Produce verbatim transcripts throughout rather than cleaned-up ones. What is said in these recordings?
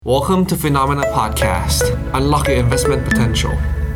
Welcome to Phenomena Podcast. Unlock your investment potential.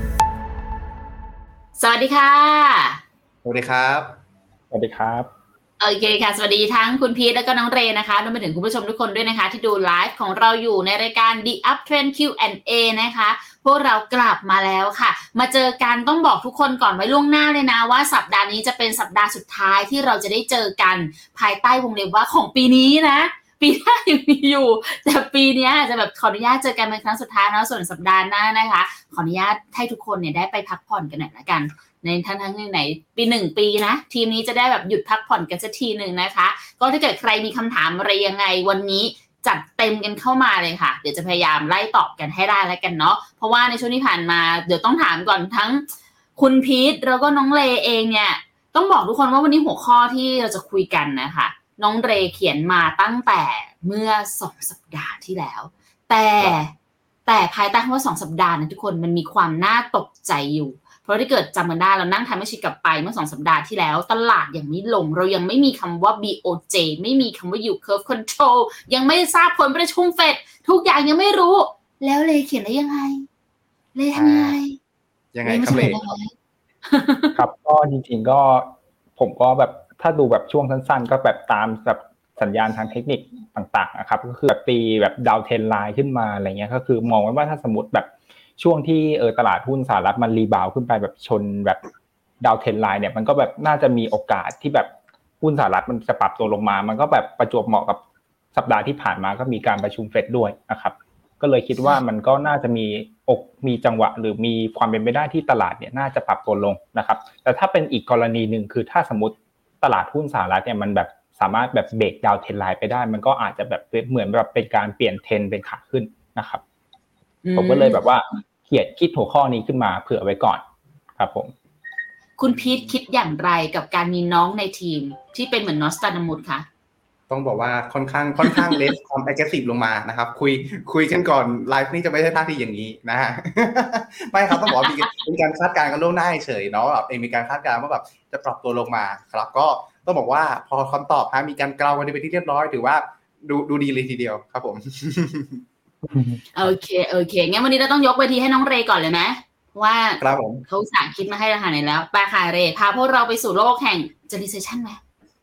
สวัสดีค่ะสวัสดีครับสวัสดีครับโอเคค่ะสวัสดีทั้งคุณพีทแล้วก็น้องเรนะคะรวมไปถึงคุณผู้ชมทุกคนด้วยนะคะที่ดูไลฟ์ของเราอยู่ในรายการ The Uptrend คิว แอนด์ เอ นะคะพวกเรากลับมาแล้วค่ะมาเจอกันต้องบอกทุกคนก่อนไว้ล่วงหน้าเลยนะว่าสัปดาห์นี้จะเป็นสัปดาห์สุดท้ายที่เราจะได้เจอกันภายใต้วงเล็บว่าของปีนี้นะปีหน้ายังมีอยู่แต่ปีนี้อาจจะแบบขออนุญาตเจอกันเป็นครั้งสุดท้ายนะส่วนสัปดาห์หน้านะคะขออนุญาตให้ทุกคนเนี่ยได้ไปพักผ่อนกันหน่อยละกันในทั้งทั้งไหนปีหนึ่งปีนะทีมนี้จะได้แบบหยุดพักผ่อนกันสักทีหนึ่งนะคะก็ถ้าเกิดใครมีคำถามอะไรยังไงวันนี้จัดเต็มกันเข้ามาเลยค่ะเดี๋ยวจะพยายามไล่ตอบกันให้ได้แล้วกันเนาะเพราะว่าในช่วงที่ผ่านมาเดี๋ยวต้องถามก่อนทั้งคุณพีทแล้วก็น้องเลเองเนี่ยต้องบอกทุกคนว่าวันนี้หัวข้อที่เราจะคุยกันนะคะน้องเรเขียนมาตั้งแต่เมื่อสองสัปดาห์ที่แล้วแต่แต่ภายใต้คำว่าสองสัปดาห์นะทุกคนมันมีความน่าตกใจอยู่เพราะที่เกิดจำกันได้เรานั่งทำให้ชิดกลับไปเมื่อสองสัปดาห์ที่แล้วตลาดยังไม่ลงเรายังไม่มีคำว่า บี โอ เจ ไม่มีคำว่า Yield Curve Control ยังไม่ทราบผลประชุมเฟดทุกอย่างยังไม่รู้แล้วเลเขียนได้ยังไงเลทำยังไงยังไงครับเลครับก็จริงๆก็ผมก็แบบถ้าดูแบบช่วงสั้นๆก็แบบตามแบบสัญญาณทางเทคนิคต่างๆนะครับก็คือแบบตีแบบดาวเทรนไลน์ขึ้นมาอะไรเงี้ยก็คือมองไว้ว่าถ้าสมมติแบบช่วงที่เออตลาดหุ้นสหรัฐมันรีบาวขึ้นไปแบบชนแบบดาวเทรนไลน์เนี่ยมันก็แบบน่าจะมีโอกาสที่แบบหุ้นสหรัฐมันจะปรับตัวลงมามันก็แบบประจวบเหมาะกับสัปดาห์ที่ผ่านมาก็มีการประชุมเฟดด้วยนะครับก็เลยคิดว่ามันก็น่าจะมีอกมีจังหวะหรือมีความเป็นไปได้ที่ตลาดเนี่ยน่าจะปรับตัวลงนะครับแต่ถ้าเป็นอีกกรณีนึงคือถ้าสมมติตลาดหุ้นสหรัฐเนี่ยมันแบบสามารถแบบเบรกดาวเทรนไลน์ไปได้มันก็อาจจะแบบเหมือนแบบเป็นการเปลี่ยนเทรนเป็นขาขึ้นนะครับผมก็เลยแบบว่าเขียนคิดหัวข้อนี้ขึ้นมาเผื่อไว้ก่อนครับผมคุณพีทคิดอย่างไรกับการมีน้องในทีมที่เป็นเหมือนนอสตราดามุสคะต้องบอกว่าค่อนข้างค่อนข้างเลสความ aggressive ลงมานะครับคุยคุยกันก่อนไลฟ์นี่จะไม่ใช่ท่าทีอย่างนี้นะฮะไม่ครับต้องบอกมีมีการคาดการณ์กันล่วงหน้าเฉยเนาะแบบเองมีการคาดการณ์ว่าแบบจะปรับตัวลงมาครับก็ต้องบอกว่าพอคำตอบฮะมีการเกลากันไปที่เรียบร้อยถือว่าดูดูดีเลยทีเดียวครับผมโอเคโอเคงั้นวันนี้เราต้องยกเวทีให้น้องเรก่อนเลยไหมว่าเขาสั่งคิดมาให้เราหาไหนแล้วไปค่ะเรพาพวกเราไปสู่โลกแห่ง recession ไหม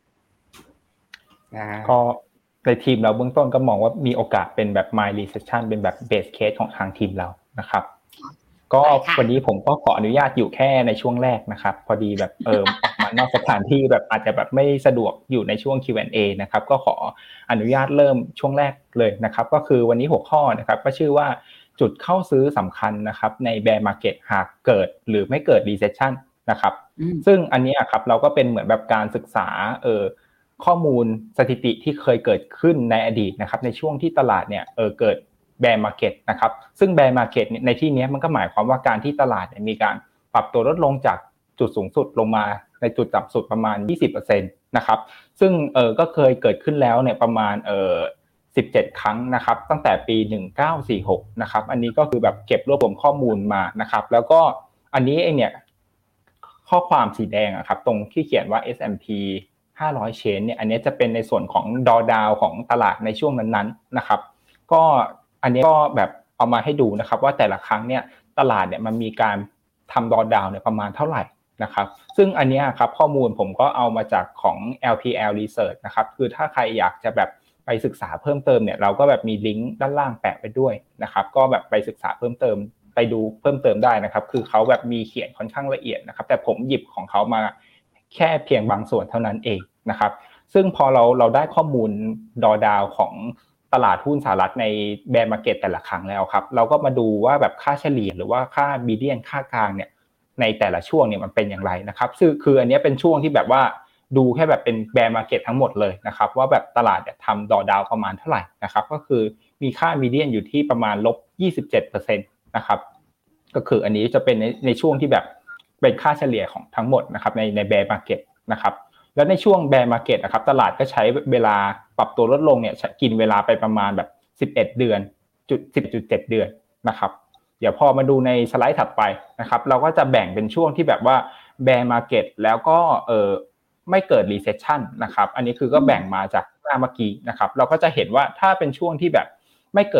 ก็ในทีมเราเบื้องต้นก็มองว่ามีโอกาสเป็นแบบ mild recession เป็นแบบ base case ของทางทีมเรานะครับก็วันนี้ผมก็ขออนุญาตอยู่แค่ในช่วงแรกนะครับพอดีแบบเออออกมานอกสถานที่แบบอาจจะแบบไม่สะดวกอยู่ในช่วง คิว แอนด์ เอ นะครับก็ขออนุญาตเริ่มช่วงแรกเลยนะครับก็คือวันนี้หัวข้อนะครับก็ชื่อว่าจุดเข้าซื้อสำคัญนะครับใน bear market หากเกิดหรือไม่เกิด recession นะครับซึ่งอันนี้ครับเราก็เป็นเหมือนแบบการศึกษาเออข้อมูลสถิติที่เคยเกิดขึ้นในอดีตนะครับในช่วงที่ตลาดเนี่ยเออเกิดbear market นะครับซึ่ง bear market ในที่นี้มันก็หมายความว่าการที่ตลาดเนี่ยมีการปรับตัวลดลงจากจุดสูงสุดลงมาในจุดต่ำสุดประมาณ ยี่สิบเปอร์เซ็นต์ นะครับซึ่งเออก็เคยเกิดขึ้นแล้วเนี่ยประมาณเออสิบเจ็ดครั้งนะครับตั้งแต่ปีหนึ่งพันเก้าร้อยสี่สิบหกนะครับอันนี้ก็คือแบบเก็บรวบรวมข้อมูลมานะครับแล้วก็อันนี้เองเนี่ยข้อความสีแดงอ่ะครับตรงที่เขียนว่า เอส แอนด์ พี ห้าร้อย chain เนี่ยอันนี้จะเป็นในส่วนของ drawdown ของตลาดในช่วงนั้นๆนะครับก็อันนี้ก็แบบเอามาให้ดูนะครับว่าแต่ละครั้งเนี่ยตลาดเนี่ยมันมีการทำ drawdown เนี่ยประมาณเท่าไหร่นะครับซึ่งอันนี้ครับข้อมูลผมก็เอามาจากของ แอล พี แอล Research นะครับคือถ้าใครอยากจะแบบไปศึกษาเพิ่มเติมเนี่ยเราก็แบบมีลิงก์ด้านล่างแปะไว้ด้วยนะครับก็แบบไปศึกษาเพิ่มเติมไปดูเพิ่มเติมได้นะครับคือเขาแบบมีเขียนค่อนข้างละเอียดนะครับแต่ผมหยิบของเขามาแค่เพียงบางส่วนเท่านั้นเองนะครับซึ่งพอเราเราได้ข้อมูล drawdown ของตลาดหุ้นสหรัฐใน bear market แต่ละครั้งแล้วครับเราก็มาดูว่าแบบค่าเฉลี่ยหรือว่าค่า median ค่ากลางเนี่ยในแต่ละช่วงเนี่ยมันเป็นอย่างไรนะครับซึ่งคืออันนี้เป็นช่วงที่แบบว่าดูแค่แบบเป็น bear market ทั้งหมดเลยนะครับว่าแบบตลาดเนี่ยทำ drawdown ประมาณเท่าไหร่นะครับก็คือมีค่า median อยู่ที่ประมาณ ลบยี่สิบเจ็ดเปอร์เซ็นต์ นะครับก็คืออันนี้จะเป็นในในช่วงที่แบบเป็นค่าเฉลี่ยของทั้งหมดนะครับในใน bear market นะครับแล้วในช่วง bear market นะครับตลาดก็ใช้เวลาปรับตัวลดลงเนี่ยกินเวลาไปประมาณแบบสิบเอ็ดเดือนจุด สิบจุดเจ็ด เดือนนะครับเดี๋ยวพอมาดูในสไลด์ถัดไปนะครับเราก็จะแบ่งเป็นช่วงที่แบบว่า bear market แล้วก็เอ่อไม่เกิด recession นะครับอันนี้คือก็แบ่งมาจากหน้าเมื่อกี้นะครับเราก็จะเห็นว่าถ้าเป็นช่วงที่แบบไม่เกิด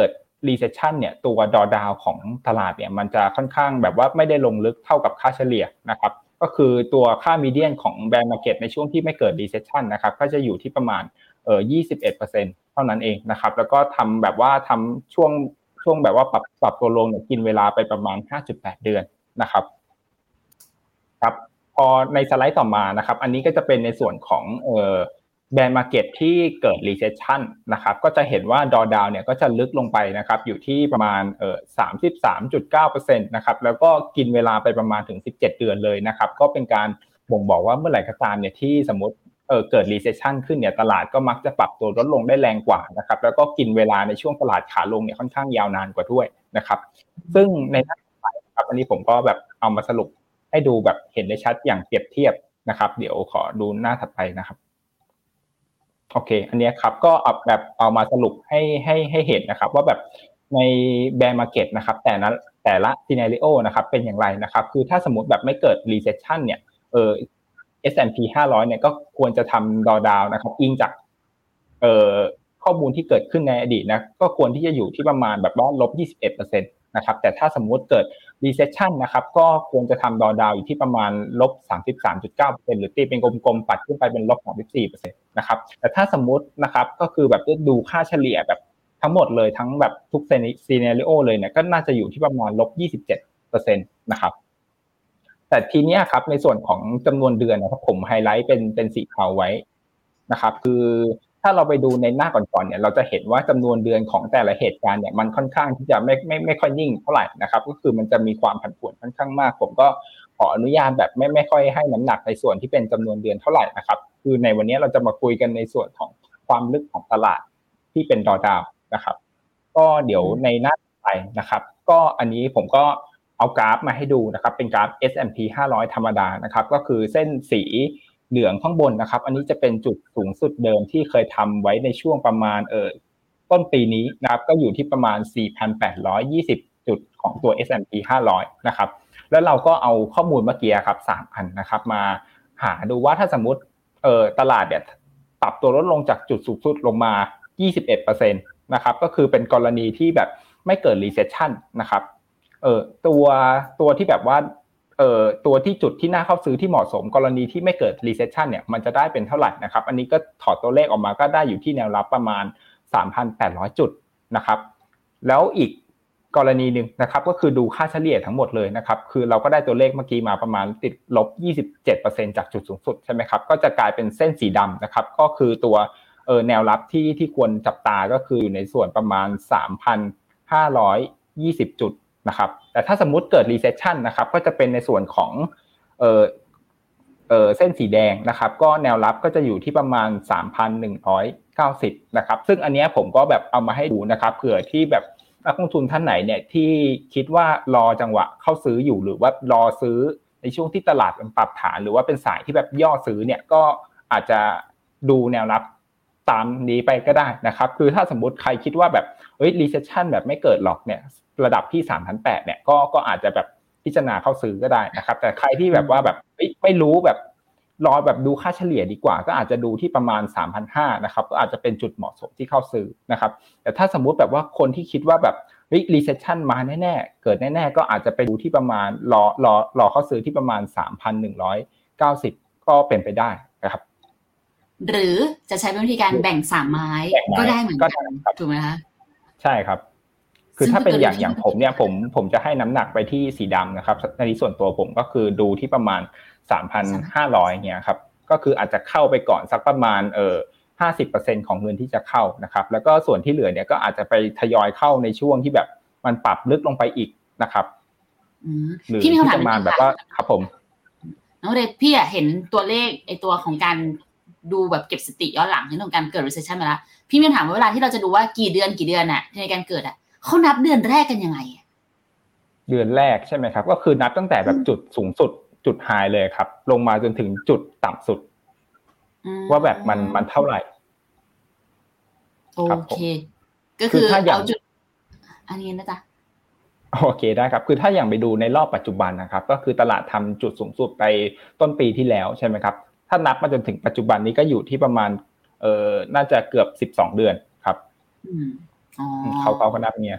recession เนี่ยตัว drawdown ของตลาดเนี่ยมันจะค่อนข้างแบบว่าไม่ได้ลงลึกเท่ากับค่าเฉลี่ยนะครับก็คือตัวค่า median ของ bear market ในช่วงที่ไม่เกิด recession นะครับก็จะอยู่ที่ประมาณเอ่อ ยี่สิบเอ็ดเปอร์เซ็นต์ เท่านั้นเองนะครับแล้วก็ทำแบบว่าทำช่วงช่วงแบบว่าปรับปรับตัวลงเนี่ยกินเวลาไปประมาณ ห้าจุดแปด เดือนนะครับครับพอในสไลด์ต่อมานะครับอันนี้ก็จะเป็นในส่วนของเอ่อbear market ที่เกิด recession นะครับก็จะเห็นว่า drawdown เนี่ยก็จะลึกลงไปนะครับอยู่ที่ประมาณเอ่อ สามสิบสามจุดเก้าเปอร์เซ็นต์ นะครับแล้วก็กินเวลาไปประมาณถึงสิบเจ็ดเดือนเลยนะครับก็เป็นการบ่งบอกว่าเมื่อไหร่ก็ตามเนี่ยที่สมมุติเอ่อเกิด recession ขึ้นเนี่ยตลาดก็มักจะปรับตัวลดลงได้แรงกว่านะครับแล้วก็กินเวลาในช่วงตลาดขาลงเนี่ยค่อนข้างยาวนานกว่าด้วยนะครับซึ่งในหน้าถัดไปครับอันนี้ผมก็แบบเอามาสรุปให้ดูแบบเห็นได้ชัดอย่างเปรียบเทียบนะครับเดี๋ยวขอดูหน้าถัดไปนะครับโอเคอันนี้ครับก็เอาแบบเอามาสรุปให้ให้ให้เห็นนะครับว่าแบบใน bear market นะครับแต่ละแต่ละ scenario นะครับเป็นอย่างไรนะครับคือถ้าสมมุติแบบไม่เกิด recession เนี่ยเอ่อ เอส แอนด์ พี ห้าร้อยเนี่ยก็ควรจะทำ drawdown นะครับอิงจากเอ่อข้อมูลที่เกิดขึ้นในอดีตนะก็ควรที่จะอยู่ที่ประมาณแบบว่า ลบยี่สิบเอ็ดเปอร์เซ็นต์ นะครับแต่ถ้าสมมุติเกิด recession นะครับก็ควรจะทำ drawdown อยู่ที่ประมาณ ลบสามสิบสามจุดเก้าเปอร์เซ็นต์ หรือตีเป็นกลมๆปัดขึ้นไปเป็น ลบสามสิบสี่เปอร์เซ็นต์ นะครับแต่ถ้าสมมุตินะครับก็คือแบบดูค่าเฉลี่ยแบบทั้งหมดเลยทั้งแบบทุก scenario เลยเนี่ยก็น่าจะอยู่ที่ประมาณ ลบยี่สิบเจ็ดเปอร์เซ็นต์ นะครับแต่ทีเนี้ยครับในส่วนของจำนวนเดือนนะครับผมไฮไลท์เป็นเป็นสีขาวไว้นะครับคือถ้าเราไปดูในหน้าก่อนๆเนี่ยเราจะเห็นว่าจำนวนเดือนของแต่ละเหตุการณ์เนี่ยมันค่อนข้างที่จะไม่ไม่ไม่ค่อยนิ่งเท่าไหร่นะครับก็คือมันจะมีความผันผวนค่อนข้างมากผมก็ขออนุญาตแบบไม่ไม่ค่อยให้น้ำหนักในส่วนที่เป็นจำนวนเดือนเท่าไหร่นะครับคือในวันนี้เราจะมาคุยกันในส่วนของความลึกของตลาดที่เป็น drawdown นะครับก็เดี๋ยวในหน้าไปนะครับก็อันนี้ผมก็เอากราฟมาให้ดูนะครับเป็นกราฟ เอส แอนด์ พี ห้าร้อยธรรมดานะครับก็คือเส้นสีเหลืองข้างบนนะครับอันนี้จะเป็นจุดสูงสุดเดิมที่เคยทำไว้ในช่วงประมาณเอ่อต้นปีนี้นะครับก็อยู่ที่ประมาณ สี่พันแปดร้อยยี่สิบ จุดของตัว เอส แอนด์ พี ห้าร้อยนะครับแล้วเราก็เอาข้อมูลเมื่อกี้ครับสามอันนะครับมาหาดูว่าถ้าสมมุติเอ่อตลาดเนี่ยปรับตัวลดลงจากจุดสูงสุดลงมา ยี่สิบเอ็ดเปอร์เซ็นต์ นะครับก็คือเป็นกรณีที่แบบไม่เกิด recession นะครับเอ่อตัวตัวที่แบบว่าเอ่อตัวที่จุดที่น่าเข้าซื้อที่เหมาะสมกรณีที่ไม่เกิด recession เนี่ยมันจะได้เป็นเท่าไหร่นะครับอันนี้ก็ถอดตัวเลขออกมาก็ได้อยู่ที่แนวรับประมาณ สามพันแปดร้อย จุดนะครับแล้วอีกกรณีนึงนะครับก็คือดูค่าเฉลี่ยทั้งหมดเลยนะครับคือเราก็ได้ตัวเลขเมื่อกี้มาประมาณติดลบ ยี่สิบเจ็ดเปอร์เซ็นต์ จากจุดสูงสุดใช่ไหมครับก็จะกลายเป็นเส้นสีดำนะครับก็คือตัวเอ่อแนวรับที่ที่ควรจับตาก็คืออยู่ในส่วนประมาณ สามพันห้าร้อยยี่สิบ จุดนะครับแต่ถ้าสมมุติเกิด recession นะครับก็จะเป็นในส่วนของเอ่อเอ่อเส้นสีแดงนะครับก็แนวรับก็จะอยู่ที่ประมาณ สามพันหนึ่งร้อยเก้าสิบ นะครับซึ่งอันนี้ผมก็แบบเอามาให้ดูนะครับเผื่อที่แบบนักลงทุนท่านไหนเนี่ยที่คิดว่ารอจังหวะเข้าซื้ออยู่หรือว่ารอซื้อในช่วงที่ตลาดมันปรับฐานหรือว่าเป็นสายที่แบบย่อซื้อเนี่ยก็อาจจะดูแนวรับตามนี้ไปก็ได้นะครับคือถ้าสมมุติใครคิดว่าแบบเฮ้ย recession แบบไม่เกิดหรอกเนี่ยระดับที่ สามพันแปดร้อย เนี่ยก็ก็อาจจะแบบพิจารณาเข้าซื้อก็ได้นะครับแต่ใครที่แบบว่าแบบไม่รู้แบบรอแบบดูค่าเฉลี่ยดีกว่าก็อาจจะดูที่ประมาณ สามพันห้าร้อย นะครับก็อาจจะเป็นจุดเหมาะสมที่เข้าซื้อนะครับแต่ถ้าสมมุติแบบว่าคนที่คิดว่าแบบเฮ้ย recession มาแน่ๆเกิดแน่ๆก็อาจจะไปดูที่ประมาณรอรอรอเข้าซื้อที่ประมาณ สามพันหนึ่งร้อยเก้าสิบ ก็เป็นไปได้นะครับหรือจะใช้วิธีการแบ่งสามไม้ก็ได้เหมือนกันถูกไหมคะใช่ครับคือถ้าเป็นอย่างอย่างผมเนี่ยผมผมจะให้น้ำหนักไปที่สีดำนะครับในส่วนตัวผมก็คือดูที่ประมาณ สามพันห้าร้อย เนี่ยครับก็คืออาจจะเข้าไปก่อนสักประมาณเอ่อ ห้าสิบเปอร์เซ็นต์ ของเงินที่จะเข้านะครับแล้วก็ส่วนที่เหลือเนี่ยก็อาจจะไปทยอยเข้าในช่วงที่แบบมันปรับลึกลงไปอีกนะครับหรือที่ประมาณแบบว่าครับผมน้องเรพี่อ่ะเห็นตัวเลขไอ้ตัวของการดูแบบเก็บสถิติย้อนหลังในเรื่องของการเกิด recession มาแล้วพี่มีคำถามว่าเวลาที่เราจะดูว่ากี่เดือนกี่เดือนน่ะในการเกิดอ่ะเขานับเดือนแรกกันยังไงเดือนแรกใช่ไหมครับก็คือนับตั้งแต่แบบจุดสูงสุดจุดไฮเลยครับลงมาจนถึงจุดต่ำสุดว่าแบบมันมันเท่าไหร่โอเคก็คือเอาจุดอันนี้นะจ๊ะโอเคได้ครับคือถ้าอย่างไปดูในรอบปัจจุบันนะครับก็คือตลาดทำจุดสูงสุดไปต้นปีที่แล้วใช่ไหมครับถ้านับมาจนถึงปัจจุบันนี้ก็อยู่ที่ประมาณเอ่อน่าจะเกือบสิบสองเดือนครับอืมอ๋อเขาเขาก็นับเงี้ยครับ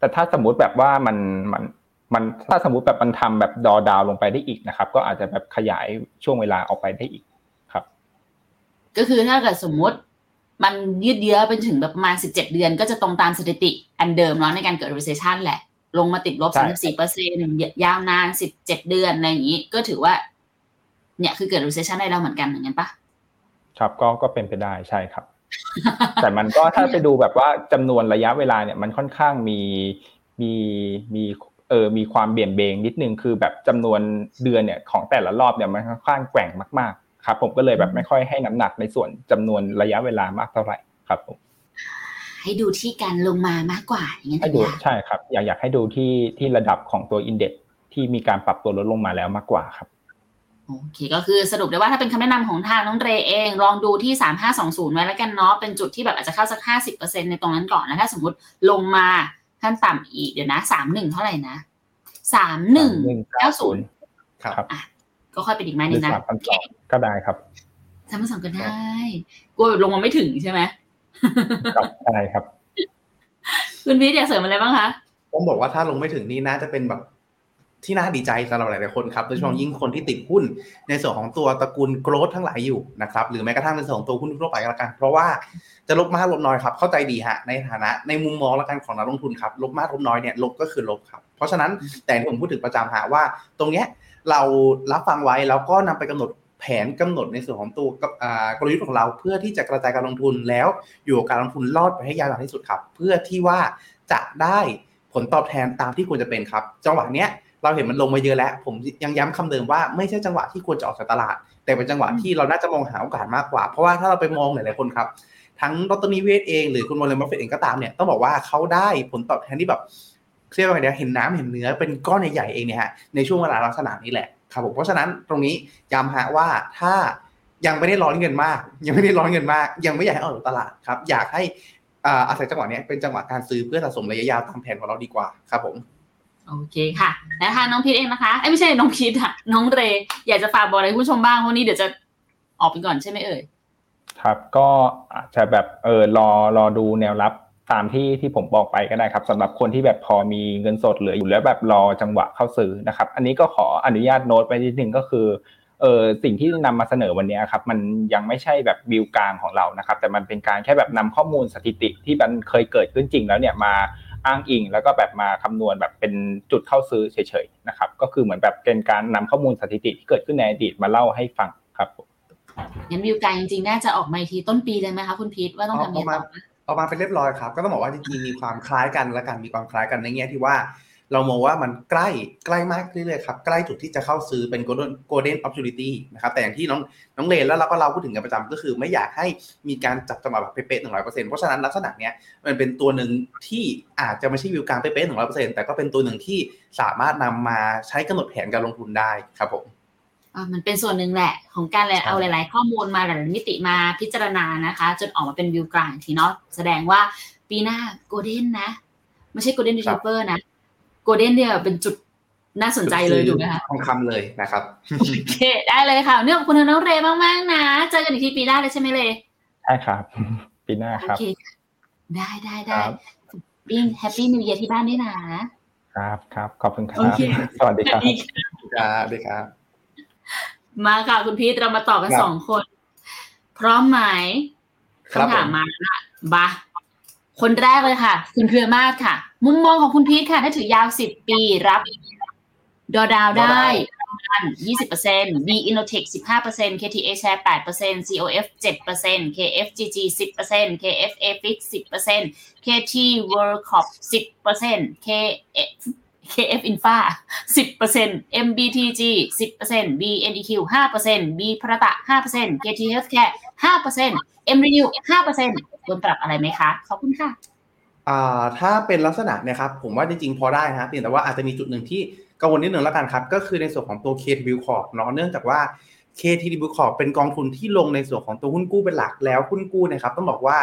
แต่ถ้าสมมุติแบบว่ามันมันมันถ้าสมมุติแบบมันทำแบบดอดาวลงไปได้อีกนะครับก็อาจจะแบบขยายช่วงเวลาออกไปได้อีกครับก็คือถ้าเกิดสมมุติมันยืดเยื้อไปถึงแบบประมาณสิบเจ็ดเดือนก็จะตรงตามสถิติอันเดิมเนาะในการเกิด recession แหละลงมาติดลบ สามสิบสี่เปอร์เซ็นต์ ยาวนานสิบเจ็ดเดือนอะไรอย่างงี้ก็ถือว่าเนี่ยคือเกิด recession ได้แล้วเหมือนกันอย่างนั้นปะครับก็ก็เป็นไปได้ใช่ครับ แต่มันก็ถ้าไปดูแบบว่าจำนวนระยะเวลาเนี่ยมันค่อนข้างมีมีมีเออมีความเบี่ยงเบนนิดนึงคือแบบจำนวนเดือนเนี่ยของแต่ละรอบเนี่ยมันค่อนข้างแกว่งมากๆครับผมก็เลยแบบไม่ค่อยให้น้ำหนักในส่วนจำนวนระยะเวลามากเท่าไหร่ครับผมให้ดูที่การลงมามากกว่าอย่างนั้นให้ดูใช่ครับอยากอยากให้ดูที่ที่ระดับของตัวอินเด็กซ์ที่มีการปรับตัวลดลงมาแล้วมากกว่าครับโอเคก็คือสรุปได้ว่าถ้าเป็นคำแนะนำของทางน้องเรเองลองดูที่สามห้าสองศูนย์ไว้แล้วกันเนาะเป็นจุดที่แบบอาจจะเข้าสัก ห้าสิบเปอร์เซ็นต์ ในตรงนั้นก่อนนะถ้าสมมุติลงมาขั้นต่ำอีกเดี๋ยวนะสามสิบเอ็ดเท่าไหร่นะสามสิบเอ็ดเก้าสิบครับอ่ะก็ค่อยไปอีกมั้ยนึงนะก็ได้ครับสามพันสองร้อยก็ได้กลัวลงมาไม่ถึงใช่มั้ยครับได้ครับคุณพี่อยากเสริมอะไรบ้างคะผมบอกว่าถ้าลงไม่ถึงนี่น่าจะเป็นแบบที่น่าดีใจสำหรับหลายๆคนครับโดยเฉพาะยิ่งคนที่ติดหุ้นในส่วนของตัวตระกูลโกรททั้งหลายอยู่นะครับหรือแม้กระทั่งในส่วนของตัวหุ้นทั่วไปก็แล้วกันเพราะว่าจะลบมากลบน้อยครับเข้าใจดีฮะในฐานะในมุมมองแล้วกันของนักลงทุนครับลบมากลบน้อยเนี่ยลบก็คือลบครับเพราะฉะนั้นแต่ที่ผมพูดถึงประจำฮะว่าตรงเนี้ยเรารับฟังไว้แล้วก็นำไปกำหนดแผนกำหนดในส่วนของตัวกลยุทธ์ของเราเพื่อที่จะกระจายการลงทุนแล้วอยู่กับการลงทุนรอดไปให้ยาวนานที่สุดครับเพื่อที่ว่าจะได้ผลตอบแทนตามที่ควรจะเป็นครับจังหวะเนี้ยเราเห็นมันลงมาเยอะแล้วผมยังย้ำคำเดิมว่าไม่ใช่จังหวะที่ควรจะออกจากตลาดแต่เป็นจังหวะที่เราน่าจะมองหาโอกาสมากกว่าเพราะว่าถ้าเราไปมองหลายๆคนครับทั้งดร.นิเวศเองหรือคุณวอร์เรน บัฟเฟตต์เองก็ตามเนี่ยต้องบอกว่าเขาได้ผลตอบแทนที่แบบเรียกว่าไงเนี่ยเห็นน้ำเห็นเนื้อเป็นก้อนใหญ่ๆเองเนี่ยฮะในช่วงเวลาลักษณะนี้แหละครับผมเพราะฉะนั้นตรงนี้ย้ำฮะว่าถ้ายังไม่ได้ร้อนเงินมากยังไม่ได้ร้อนเงินมากยังไม่อยากให้ออกจากตลาดครับอยากให้อาศัยจังหวะนี้เป็นจังหวะการซื้อเพื่อสะสมระยะยาวตามแผนของเราดีกว่าครับผมโอเคค่ะและทางน้องพีทเองนะคะเอ้ยไม่ใช่น้องพีทค่ะน้องเรอยากจะฝากบอกอะไรคุณผู้ชมบ้างเพราะนี้เดี๋ยวจะออกไปก่อนใช่ไหมเอ่ยครับก็อาจจะแบบเออรอรอดูแนวรับตามที่ที่ผมบอกไปก็ได้ครับสำหรับคนที่แบบพอมีเงินสดเหลืออยู่แล้วแบบรอจังหวะเข้าซื้อนะครับอันนี้ก็ขออนุญาตโน้ตไปนิดนึงก็คือเออสิ่งที่นำมาเสนอวันนี้ครับมันยังไม่ใช่แบบวิวกลางของเรานะครับแต่มันเป็นการแค่แบบนำข้อมูลสถิติที่มันเคยเกิดขึ้นจริงแล้วเนี่ยมาอ้างอิงแล้วก็แบบมาคำนวณแบบเป็นจุดเข้าซื้อเฉยๆนะครับก็คือเหมือนแบบเป็นการนำข้อมูลสถิติที่เกิดขึ้นในอดีตมาเล่าให้ฟังครับงั้นวิวกลางจริงๆน่าจะออกมาทีต้นปีเลยไหมคะคุณพีทว่าต้องทำยังไงต่อออกมาเป็นเรียบร้อยครับก็ต้องบอกว่าจริงๆมีความคล้ายกันและกันมีความคล้ายกันในแง่ที่ว่าเรามองว่ามันใกล้ใกล้มากเรื่อยๆครับใกล้จุดที่จะเข้าซื้อเป็น golden golden opportunity นะครับแต่อย่างที่น้องน้องเลนแล้วเราก็เราพูดถึงกันประจำก็คือไม่อยากให้มีการจับจังหวะแบบเป๊ะๆ หนึ่งร้อยเปอร์เซ็นต์ เพราะฉะนั้นลักษณะเนี้ยมันเป็นตัวหนึ่งที่อาจจะไม่ใช่วิวกลางเป๊ะๆ หนึ่งร้อยเปอร์เซ็นต์ แต่ก็เป็นตัวหนึ่งที่สามารถนำมาใช้กำหนดแผนการลงทุนได้ครับผมอ่ามันเป็นส่วนหนึ่งแหละของการเอาหลายๆข้อมูลมาหลายๆมิติมาพิจารณานะคะจนออกมาเป็นวิวกลางทีเนาะแสดงว่าปีหน้า golden นะไม่ใช่ golden retriever นะโกลเด้นเนี่ยเป็นจุดน่าสนใจเลยถูกไหมคะทองคำเลยนะครับโอเคได้เลยค่ะเนี่ยขอบคุณน้องเรย์มากๆนะเจอกันอีกทีปีหน้าเลยใช่ไหมเลยใช่ครับปีหน้าครับโอเคได้ได้ได้ปิ้งแฮปปี้นิวเยียร์ที่บ้านด้วยนะครับครับขอบคุณครับสวัสดีครับสวัสดีครับมาค่ะคุณพีทเรามาต่อกันสองคนพร้อมไหมคำถามมาละบาคนแรกเลยค่ะคุณเครือมาศค่ะมุมมองของคุณพีทค่ะถ้าถือยาวสิบปีรับดอดาวได้ประมาณ ยี่สิบเปอร์เซ็นต์ B Innotech สิบห้าเปอร์เซ็นต์ เค ที เอ Share แปดเปอร์เซ็นต์ ซี โอ เอฟ เจ็ดเปอร์เซ็นต์ เค เอฟ จี จี สิบเปอร์เซ็นต์ เค เอฟ เอ Fix สิบเปอร์เซ็นต์ เค ที World Corp สิบเปอร์เซ็นต์ เค เอฟ เค เอฟ Infra สิบเปอร์เซ็นต์ เอ็ม บี ที จี สิบเปอร์เซ็นต์ B เอ็น ดี คิว ห้าเปอร์เซ็นต์ B พระตะ ห้าเปอร์เซ็นต์ เค ที Healthcare ห้าเปอร์เซ็นต์ M Renew ห้าเปอร์เซ็นต์ ควรปรับอะไรไหมคะขอบคุณค่ะอ่าถ้าเป็นลักษณะเนี่ยครับผมว่าจริงๆพอได้นะครับเพียงแต่ว่าอาจจะมีจุดหนึ่งที่กังวลนิดนึงแล้วกันครับก็คือในส่วนของตัว เค ที Build Corp เนาะเนื่องจากว่า เค ที Build Corp เป็นกองทุนที่ลงในส่วนของตัวหุ้นกู้เป็นหลักแล้วหุ้นกู้เนี่ยครับต้องบอกว่า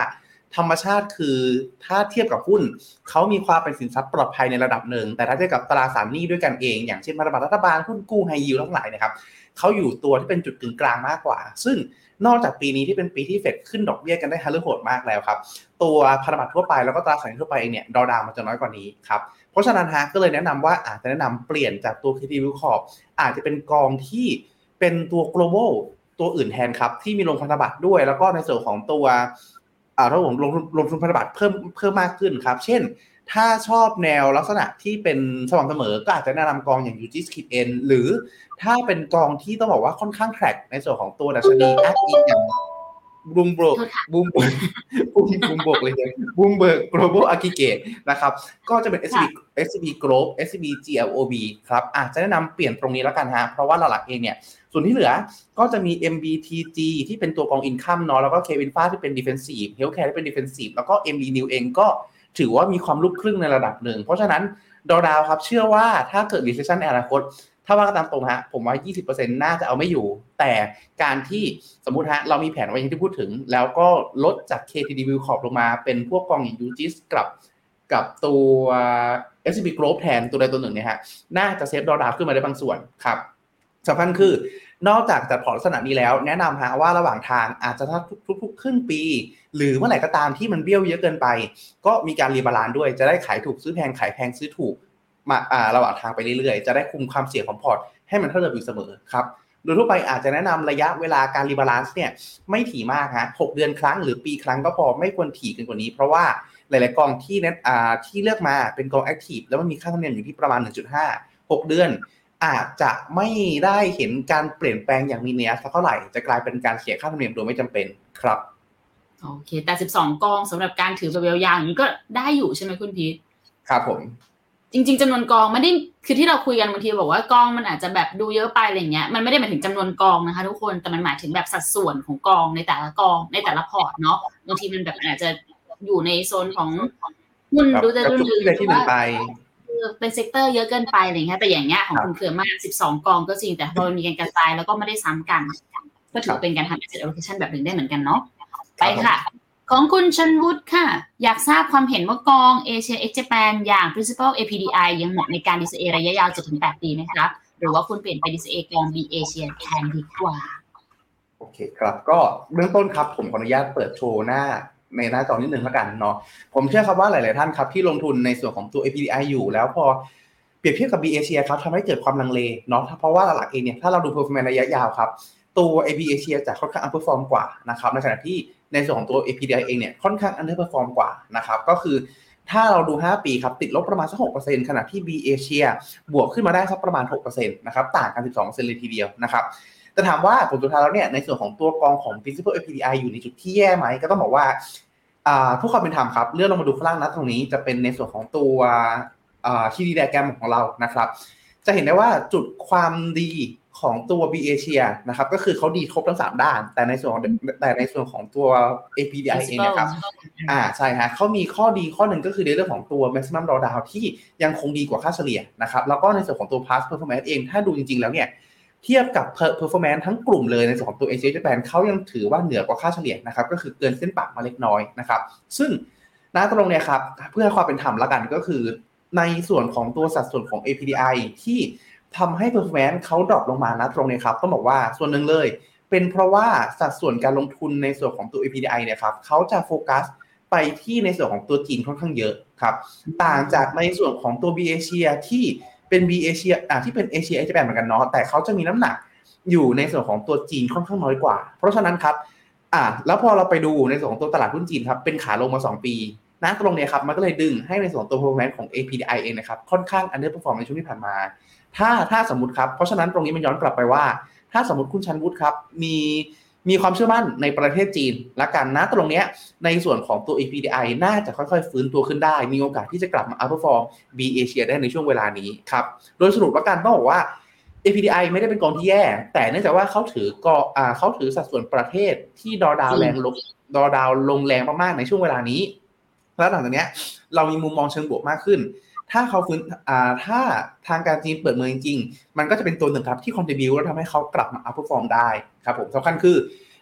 ธรรมชาติคือถ้าเทียบกับหุ้นเขามีความเป็นสินทรัพย์ปลอดภัยในระดับหนึ่งแต่ถ้าเทียบกับตราสารหนี้ด้วยกันเองอย่างเช่นพันธบัตรรัฐบาลหุ้นกู้ไฮยิลด์ทั้งหลายนะครับเขาอยู่ตัวที่เป็นจุดกึ่งกลางมากกว่าซึ่งนอกจากปีนี้ที่เป็นปีที่เฟดขึ้นดอกเบี้ยกันได้ฮาร์ดโหดมากแล้วครับตัวพันธบัตรทั่วไปแล้วก็ตราสารหนี้ทั่วไปเองเนี่ยดอดาวมันจะน้อยกว่านี้ครับเพราะฉะนั้นฮะก็เลยแนะนำว่าอาจจะแนะนำเปลี่ยนจากตัว เค ที View Corp อาจจะเป็นกองที่เป็นตัว global ตัวอื่นแทนครับที่มีลงพันธบัตรด้วยแล้วก็ในส่วนของตัวอ่าถ้าผมลงลงทุนพันธบัตรเพิ่มเพิ่มมากขึ้นครับเช่นถ้าชอบแนวลักษณะที่เป็นสม่ำเสมอก็อาจจะแนะนำกองอย่าง ยู จี เอส คิด เอ็น หรือถ้าเป็นกองที่ต้องบอกว่าค่อนข้างแทร็กในส่วนของตัวดัชนีแอคอีอย่างบูมเบิร์กบูมเบิร์กบูมบูมเบิร์กเลยบูมเบิร์ก global aggregate นะครับก็จะเป็น เอส ซี บี เอส ซี บี Globe เอส ซี บี จี แอล โอ บี ครับอาจจะแนะนำเปลี่ยนตรงนี้แล้วกันฮะเพราะว่าหลักๆเองเนี่ยส่วนที่เหลือก็จะมี เอ็ม บี ที จี ที่เป็นตัวกอง income เนาะแล้วก็ K-Infra ที่เป็น defensive Healthcare ที่เป็น defensive แล้วก็ เอ็ม บี New เองก็ถือว่ามีความลูกครึ่งในระดับหนึ่งเพราะฉะนั้นดอดาวครับเชื่อว่าถ้าเกิด recession ในอนาคตถ้าว่ากันตามตรงฮะผมว่า ยี่สิบเปอร์เซ็นต์ น่าจะเอาไม่อยู่แต่การที่สมมุติฮะเรามีแผนไว้อย่างที่พูดถึงแล้วก็ลดจาก เค ที ดี View Corp ลงมาเป็นพวกกองอย่าง ยู จี เอส กับกับตัว เอส ซี บี Globe แทนตัวใดตัวหนึ่งเนี่ยฮะน่าจะเซฟดอดาวขึ้นมาได้บางส่วนครับสำคัญคือนอกจากจัดพอร์ตลักษณะนี้แล้วแนะนำฮะว่าระหว่างทางอาจจะทุกๆครึ่งปีหรือเมื่อไหร่ก็ตามที่มันเบี้ยวเยอะเกินไปก็มีการรีบาลานซ์ด้วยจะได้ขายถูกซื้อแพงขายแพงซื้อถูกมาอ่าระหว่างทางไปเรื่อยๆจะได้คุมความเสี่ยงของพอร์ตให้มันเท่าเดิมอยู่เสมอครับโดยทั่วไปอาจจะแนะนำระยะเวลาการรีบาลานซ์เนี่ยไม่ถี่มากฮะหกเดือนครั้งหรือปีครั้งก็พอไม่ควรถี่เกินกว่านี้เพราะว่าหลายๆกองที่เน็ตอ่าที่เลือกมาเป็นกองแอคทีฟแล้วมันมีค่าธรรมเนียมอยู่ที่ประมาณ หนึ่งจุดห้า หกเดือนอาจจะไม่ได้เห็นการเปลี่ยนแปลงอย่างมีนัยสักเท่าไหร่จะกลายเป็นการเสียค่าธรรมเนียมโดยไม่จำเป็นครับโอเคแต่สิบสองกองสำหรับการถือแบบยาวๆอย่างนี้ก็ได้อยู่ใช่ไหมคุณพีทครับผมจริงๆจำนวนกองไม่ได้คือที่เราคุยกันบางทีบอกว่ากองมันอาจจะแบบดูเยอะไปอะไรเงี้ยมันไม่ได้หมายถึงจำนวนกองนะคะทุกคนแต่มันหมายถึงแบบสัดส่วนของกองในแต่ละกองในแต่ละพอร์ตเนาะบางทีมันแบบอาจจะอยู่ในโซนของหุ้นดูจะรุ่นหรือว่าเป็นเซกเตอร์เยอะเกินไปอะไรเงี้ยแต่อย่างเงี้ยของคุณเครือมาสิบสองกองก็จริงแต่พอมันมีการกระจายแล้วก็ไม่ได้ซ้ำกันก็ถือเป็นการทำ asset allocation แบบนึงได้เหมือนกันเนาะไปค่ะของคุณชนวุฒิค่ะอยากทราบความเห็นว่ากอง Asia X Japan อย่าง Principal เอ พี ดี ไอ ยังเหมาะในการ ดี ซี เอ ระยะยาว เจ็ดถึงแปด ปีไหมครับหรือว่าคุณเปลี่ยนไป ดี ซี เอ กอง B Asia แทนดีกว่าโอเคครับก็เบื้องต้นครับผมขออนุญาตเปิดโชว์หน้าในหน้าจอนิดนึงแล้วกันเนาะผมเชื่อครับว่าหลายๆท่านครับที่ลงทุนในส่วนของตัว เอ พี ดี ไอ อยู่แล้วพอเปรียบเทียบกับ B Asia ครับทำให้เกิดความลังเลเนาะเพราะว่าหลักๆเองเนี่ยถ้าเราดู performance ระยะยาวครับตัว เอ พี Asia จะค่อนข้าง underperform กว่านะครับในขณะที่ในส่วนของตัว เอ พี ดี ไอ เองเนี่ยค่อนข้าง underperform กว่านะครับก็คือถ้าเราดูห้าปีครับติดลบประมาณสัก หกเปอร์เซ็นต์ ขณะที่ B Asia บวกขึ้นมาได้สักประมาณ หกเปอร์เซ็นต์ นะครับต่างกัน สิบสองเปอร์เซ็นต์ เลยทีเดียวนะครับแต่ถามว่าผลสุดท้ายแล้วเนี่ยในส่วนของตัวกองของ Principal เอ พี ดี ไอ อยู่ในจุดที่แย่ไหมก็ต้องบอกว่าอ่าทุกความเป็นธรรมครับเลื่อนลงมาดูข้างล่างนะตรงนี้จะเป็นในส่วนของตัวอ่า ที ดี Diagram ของเรานะครับจะเห็นได้ว่าจุดความดีของตัว B Asia นะครับก็คือเขาดีครบทั้งสามด้านแต่ในส่วนแต่ในส่วนของตัว เอ พี ดี ไอ เองนะครับอ่าใช่ฮะเขามีข้อดีข้อหนึ่งก็คือในเรื่องของตัว maximum drawdown ที่ยังคงดีกว่าค่าเฉลี่ยนะครับแล้วก็ในส่วนของตัว past performance เองถ้าดูจริงๆแล้วเนี่ยเทียบกับ performance ทั้งกลุ่มเลยในส่วนของตัว Asia Japan เขายังถือว่าเหนือกว่าค่าเฉลี่ยนะครับก็คือเกินเส้นปากมาเล็กน้อยนะครับซึ่งณตรงนี้ครับเพื่อความเป็นธรรมละกันก็คือในส่วนของตัวสัดส่วนของ เอ พี ดี ไอ ที่ทำให้ performance เขาดรอปลงมาณตรงนี้ครับต้องบอกว่าส่วนหนึ่งเลยเป็นเพราะว่าสัดส่วนการลงทุนในส่วนของตัว เอ พี ดี ไอ เนี่ยครับเขาจะโฟกัสไปที่ในส่วนของตัวจีนค่อนข้างเยอะครับต่างจากในส่วนของตัว B Asia ที่เป็น B Asia อ่ะที่เป็น Asia X Japan เหมือนกันเนาะแต่เขาจะมีน้ำหนักอยู่ในส่วนของตัวจีนค่อนข้างน้อยกว่าเพราะฉะนั้นครับอ่ะแล้วพอเราไปดูในส่วนของตัวตลาดหุ้นจีนครับเป็นขาลงมาสองปีณตรงนี้ครับมันก็เลยดึงให้ในส่วนตัว performance ของ เอ พี ดี ไอ เองนะครับค่อนข้าง underperform ในช่วงที่ผ่านมาถ้าถ้าสมมุติครับเพราะฉะนั้นตรงนี้มันย้อนกลับไปว่าถ้าสมมุติคุณชันวุฒิครับมีมีความเชื่อมั่นในประเทศจีนละกันนะตรงนี้ในส่วนของตัว เอ พี ดี ไอ น่าจะค่อยๆฟื้นตัวขึ้นได้มีโอกาสที่จะกลับมา outperform B Asia ได้ในช่วงเวลานี้ครับโดยสรุปละกันต้องบอกว่า เอ พี ดี ไอ ไม่ได้เป็นกองที่แย่แต่เนื่องจากว่าเขาถือกออ่าเขาถือสัดส่วนประเทศที่ดอดาวแรงลงดอดาวลงแรงมากๆในช่วงเวลานี้แล้วหลังจากนี้เรามีมุมมองเชิงบวกมากขึ้นถ้าเขาฟื้นอ่าถ้าทางการจีนเปิดเมืองจริงๆมันก็จะเป็นตัวหนึ่งครับที่ contribute แล้วทำให้เขากลับมา outperform ได้ครับผมสำคัญคือ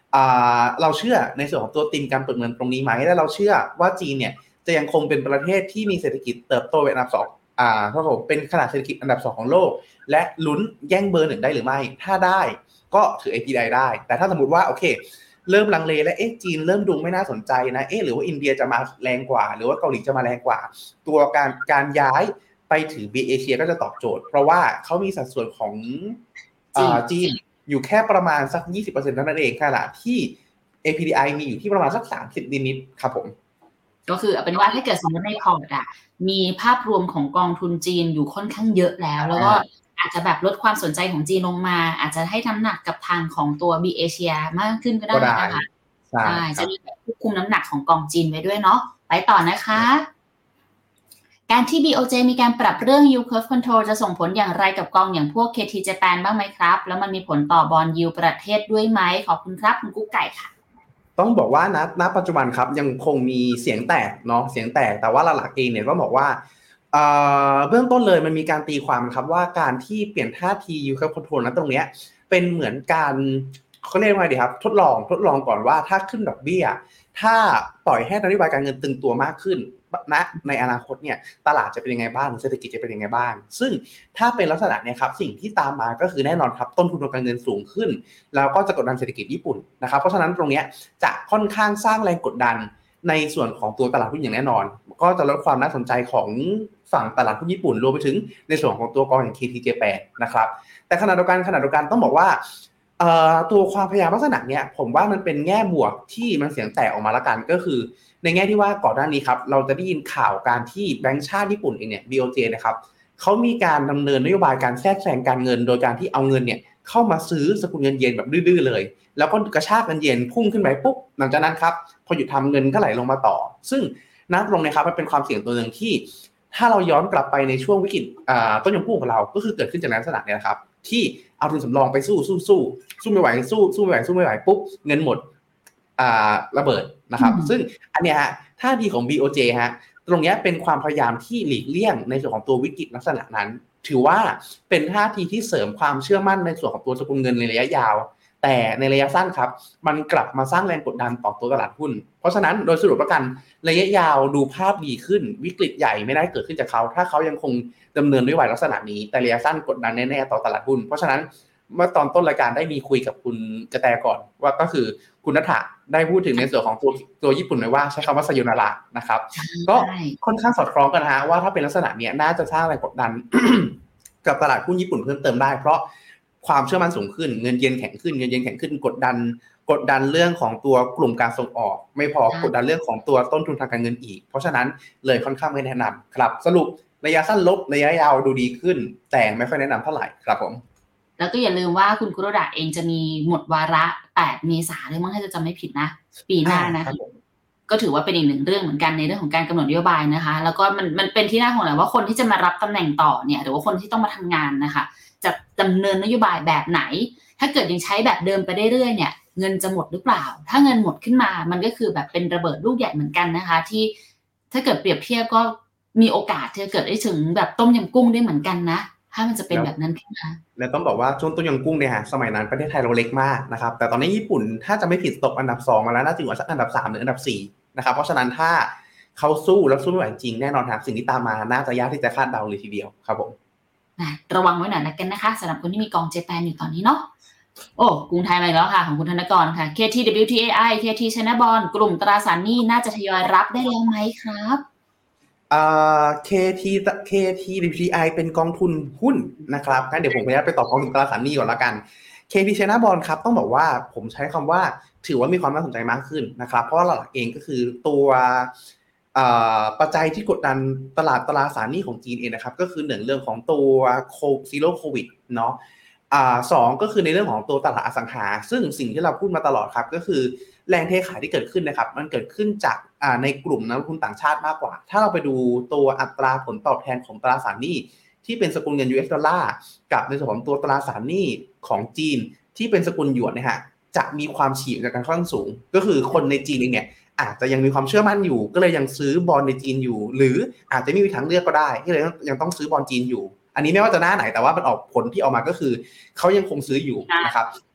อ่าเราเชื่อในส่วนของตัวธีมการเปิดเมืองตรงนี้ไหมและเราเชื่อว่าจีนเนี่ยจะยังคงเป็นประเทศที่มีเศรษฐกิจเติบโตเป็นอันดับสองอ่าครับผมเป็นขนาดเศรษฐกิจอันดับสองของโลกและลุ้นแย่งเบอร์หนึ่งได้หรือไม่ถ้าได้ก็ถือ เอ พี ดี ไอ ได้แต่ถ้าสมมติว่าโอเคเริ่มลังเลและเอ๊ะจีนเริ่มดูไม่น่าสนใจนะเอ๊ะหรือว่าอินเดียจะมาแรงกว่าหรือว่าเกาหลีจะมาแรงกว่าตัวการการย้ายไปถือ B เอเชียก็จะตอบโจทย์เพราะว่าเขามีสัดส่วนของอ่าจีนอยู่แค่ประมาณสัก ยี่สิบเปอร์เซ็นต์ เท่านั้นเองขณะที่ เอ พี ดี ไอ มีอยู่ที่ประมาณสักสามสิบนิดๆครับผมก็คือเอาเป็นว่าถ้าเกิดสมมติในพอร์ตอ่ะมีภาพรวมของกองทุนจีนอยู่ค่อนข้างเยอะแล้วแล้วก็อาจจะแบบลดความสนใจของจีนลงมาอาจจะให้น้ำหนักกับทางของตัว B เอเชียมากขึ้นก็ได้นะคะใช่จะมีแบบควบคุมน้ำหนักของกองจีนไว้ด้วยเนาะไปต่อนะคะการที่ บี โอ เจ มีการปรับเรื่อง yield curve control จะส่งผลอย่างไรกับกองอย่างพวก เค ที Japan บ้างไหมครับแล้วมันมีผลต่อบอนด์ yield ประเทศด้วยไหมขอบคุณครับคุณกุ๊กไก่ค่ะต้องบอกว่าณณปัจจุบันครับยังคงมีเสียงแตกเนาะเสียงแตกแต่ว่าหลักๆเองเนี่ยก็บอกว่าเอ่อเบื้องต้นเลยมันมีการตีความครับว่าการที่เปลี่ยนท่าที yield curve control นั้นตรงเนี้ยเป็นเหมือนการเขาเรียกว่าไงดีครับทดลองทดลองก่อนว่าถ้าขึ้นดอกเบี้ยถ้าปล่อยให้นโยบายการเงินตึงตัวมากขึ้นณในอนาคตเนี่ยตลาดจะเป็นยังไงบ้างเศรษฐกิจจะเป็นยังไงบ้างซึ่งถ้าเป็นลักษณะเนี่ยครับสิ่งที่ตามมาก็คือแน่นอนครับต้นทุนทางการเงินสูงขึ้นแล้วก็จะกดดันเศรษฐกิจญี่ปุ่นนะครับเพราะฉะนั้นตรงนี้จะค่อนข้างสร้างแรงกดดันในส่วนของตัวตลาดหุ้นอย่างแน่นอนก็จะลดความน่าสนใจของฝั่งตลาดหุ้นญี่ปุ่นรวมไปถึงในส่วนของตัวกองอย่าง เค ที Japan นะครับแต่ขณะเดียวกันขณะเดียวกันต้องบอกว่าตัวความพยายามลักษณะเนี้ยผมว่ามันเป็นแง่บวกที่มันเสียงแตกออกมาละกันก็คือในแง่ที่ว่าก่อนหน้านี้ครับเราจะได้ยินข่าวการที่แบงก์ชาติญี่ปุ่นเองเนี่ย บี โอ เจ นะครับเขามีการดำเนินนโยบายการแทรกแซงการเงินโดยการที่เอาเงินเนี่ยเข้ามาซื้อสกุลเงินเยนแบบดื้อๆเลยแล้วก็กระชากเงินเยนพุ่งขึ้นไปปุ๊บหลังจากนั้นครับพอหยุดทำเงินก็ไหลลงมาต่อซึ่งนับลงนะครับมันเป็นความเสี่ยงตัวหนึ่งที่ถ้าเราย้อนกลับไปในช่วงวิกฤตต้นยำกุ้งของเราก็คือเกิดขึ้นจากลักษณะนี้นะครับที่เอาทุนสำรองไปสู้สู้สู้สู้ไม่ไหวสู้สู้ไม่ไหวสู้ไม่ไหวปุ๊บเงินหมดระเบิดนะครับซึ่งอันเนี้ยฮะท่าทีของ บี โอ เจ ฮะตรงนี้เป็นความพยายามที่หลีกเลี่ยงในส่วนของตัววิกฤตลักษณะนั้นถือว่าเป็นท่าทีที่เสริมความเชื่อมั่นในส่วนของตัวสกุลเงินในระยะยาวแต่ในระยะสั้นครับมันกลับมาสร้างแรงกดดันต่อตัวตลาดหุ้นเพราะฉะนั้นโดยสรุปแล้วกันระยะยาวดูภาพดีขึ้นวิกฤตใหญ่ไม่ได้เกิดขึ้นจากเขาถ้าเขายังคงดำเนินนโยบายลักษณะนี้แต่ระยะสั้นกดดันแน่ๆต่อตลาดหุ้นเพราะฉะนั้นเมื่อตอนต้นรายการได้มีคุยกับคุณกระแตก่อนว่าก็คือคุณณัฐะได้พูดถึงในส่วนของตัวตัวญี่ปุ่นไว้ว่าใช้คำว่าไซโยนาระนะครับก็ค่อนข้างสอดคล้องกันนะฮะว่าถ้าเป็นลักษณะนี้น่าจะสร้างแรงกดดัน กับตลาดหุ้นญี่ปุ่นเพิ่มเติมได้เพราะความเชื่อมั่นสูงขึ้นเงินเยนแข็งขึ้นเงินเยนแข็งขึ้นกดดันกดดันเรื่องของตัวกลุ่มการส่งออกไม่พอกดดันเรื่องของตัวต้นทุนทางการเงินอีกเพราะฉะนั้นเลยค่อนข้างไม่แนะนำครับสรุประยะสั้นลบระยะยาวดูดีขึ้นแต่ไม่ค่อยแนะนำเท่าไหร่ครับผมแล้วก็อย่าลืมว่าคุณกุโรดะเองจะมีหมดวาระแปดเมษายนเลยมั้งถ้าจะจำไม่ผิดนะปีหน้านะก็ถือว่าเป็นอีกหนึ่งเรื่องเหมือนกันในเรื่องของการกำหนดนโยบายนะคะแล้วก็มันมันเป็นที่น่าห่วงแหละว่าคนที่จะมารับตำแหน่งต่อเนี่ยหรือว่าคนที่ต้องมาทำงานนะคะจะดำเนินนโยบายแบบไหนถ้าเกิดยังใช้แบบเดิมไปเรื่อยๆเนี่ยเงินจะหมดหรือเปล่าถ้าเงินหมดขึ้นมามันก็คือแบบเป็นระเบิดลูกใหญ่เหมือนกันนะคะที่ถ้าเกิดเปรียบเทียบก็มีโอกาสที่จะเกิดได้ถึงแบบต้มยำกุ้งได้เหมือนกันนะถ้ามันจะเป็นแบบนั้นขึ้นมาแล้วต้องบอกว่าช่วงต้มยำกุ้งเนี่ยฮะสมัยนั้นประเทศไทยเราเล็กมากนะครับแต่ตอนนี้ญี่ปุ่นถ้าจะไม่ผิดตกอันดับสองมาแล้วน่าจะอยู่สักอันดับสามหรืออันดับสี่นะครับเพราะฉะนั้นถ้าเขาสู้แล้วสู้ไม่ไหวจริงแน่นอนครับสิ่งที่ตามมาน่าจะยากที่จะคาดเดาเลยทีเดียวครับผมระวังไว้หน่อยละกันนะคะสำหรับคนที่มีกองเจแปนอยู่ตอนนี้เนาะโอ้กรุงไทยมาแล้วค่ะของคุณธนกรค่ะ เค ที ดับเบิลยู ที เอ ไอ เค ที China Bond กลุ่มตราสารหนี้น่าจะทยอยรับได้แล้วไหมครับอ่า เค ที เค ที ดับเบิลยู ที ไอ เป็นกองทุนหุ้นนะครับงั้นเดี๋ยวผมไปไปตอบกองทุนตราสารหนี้ก่อนละกัน เค ที China Bond ครับต้องบอกว่าผมใช้คำว่าถือว่ามีความน่าสนใจมากขึ้นนะครับเพราะหลักเองก็คือตัวปัจจัยที่กดดันตลาดตราสารหนี้ของจีนเองนะครับก็คือหนึ่งเรื่องของตัวซีโร่โควิดเนาะอ่าสองก็คือในเรื่องของตัวตลาดอสังหาซึ่งสิ่งที่เราพูดมาตลอดครับก็คือแรงเทขายที่เกิดขึ้นนะครับมันเกิดขึ้นจากอ่าในกลุ่มนักลงทุนต่างชาติมากกว่าถ้าเราไปดูตัวอัตราผลตอบแทนของตราสารหนี้ที่เป็นสกุลเงิน ยู เอส ดอลลาร์กับในส่วนของตัวตราสารหนี้ของจีนที่เป็นสกุลหยวนนะฮะจะมีความฉีกจากกันค่อนข้างสูงก็คือคนในจีนเองเนี่ยอาจจะยังมีความเชื่อมั่นอยู่ก็เลยยังซื้อบอนด์ในจีนอยู่หรืออาจจะไม่มีทางเลือกก็ได้ที่เลยยังต้องซื้อบอนด์จีนอยู่อันนี้ไม่ว่าจะหน้าไหนแต่ว่ามันออกผลที่ออกมาก็คือเขายังคงซื้ออยู่นะครับ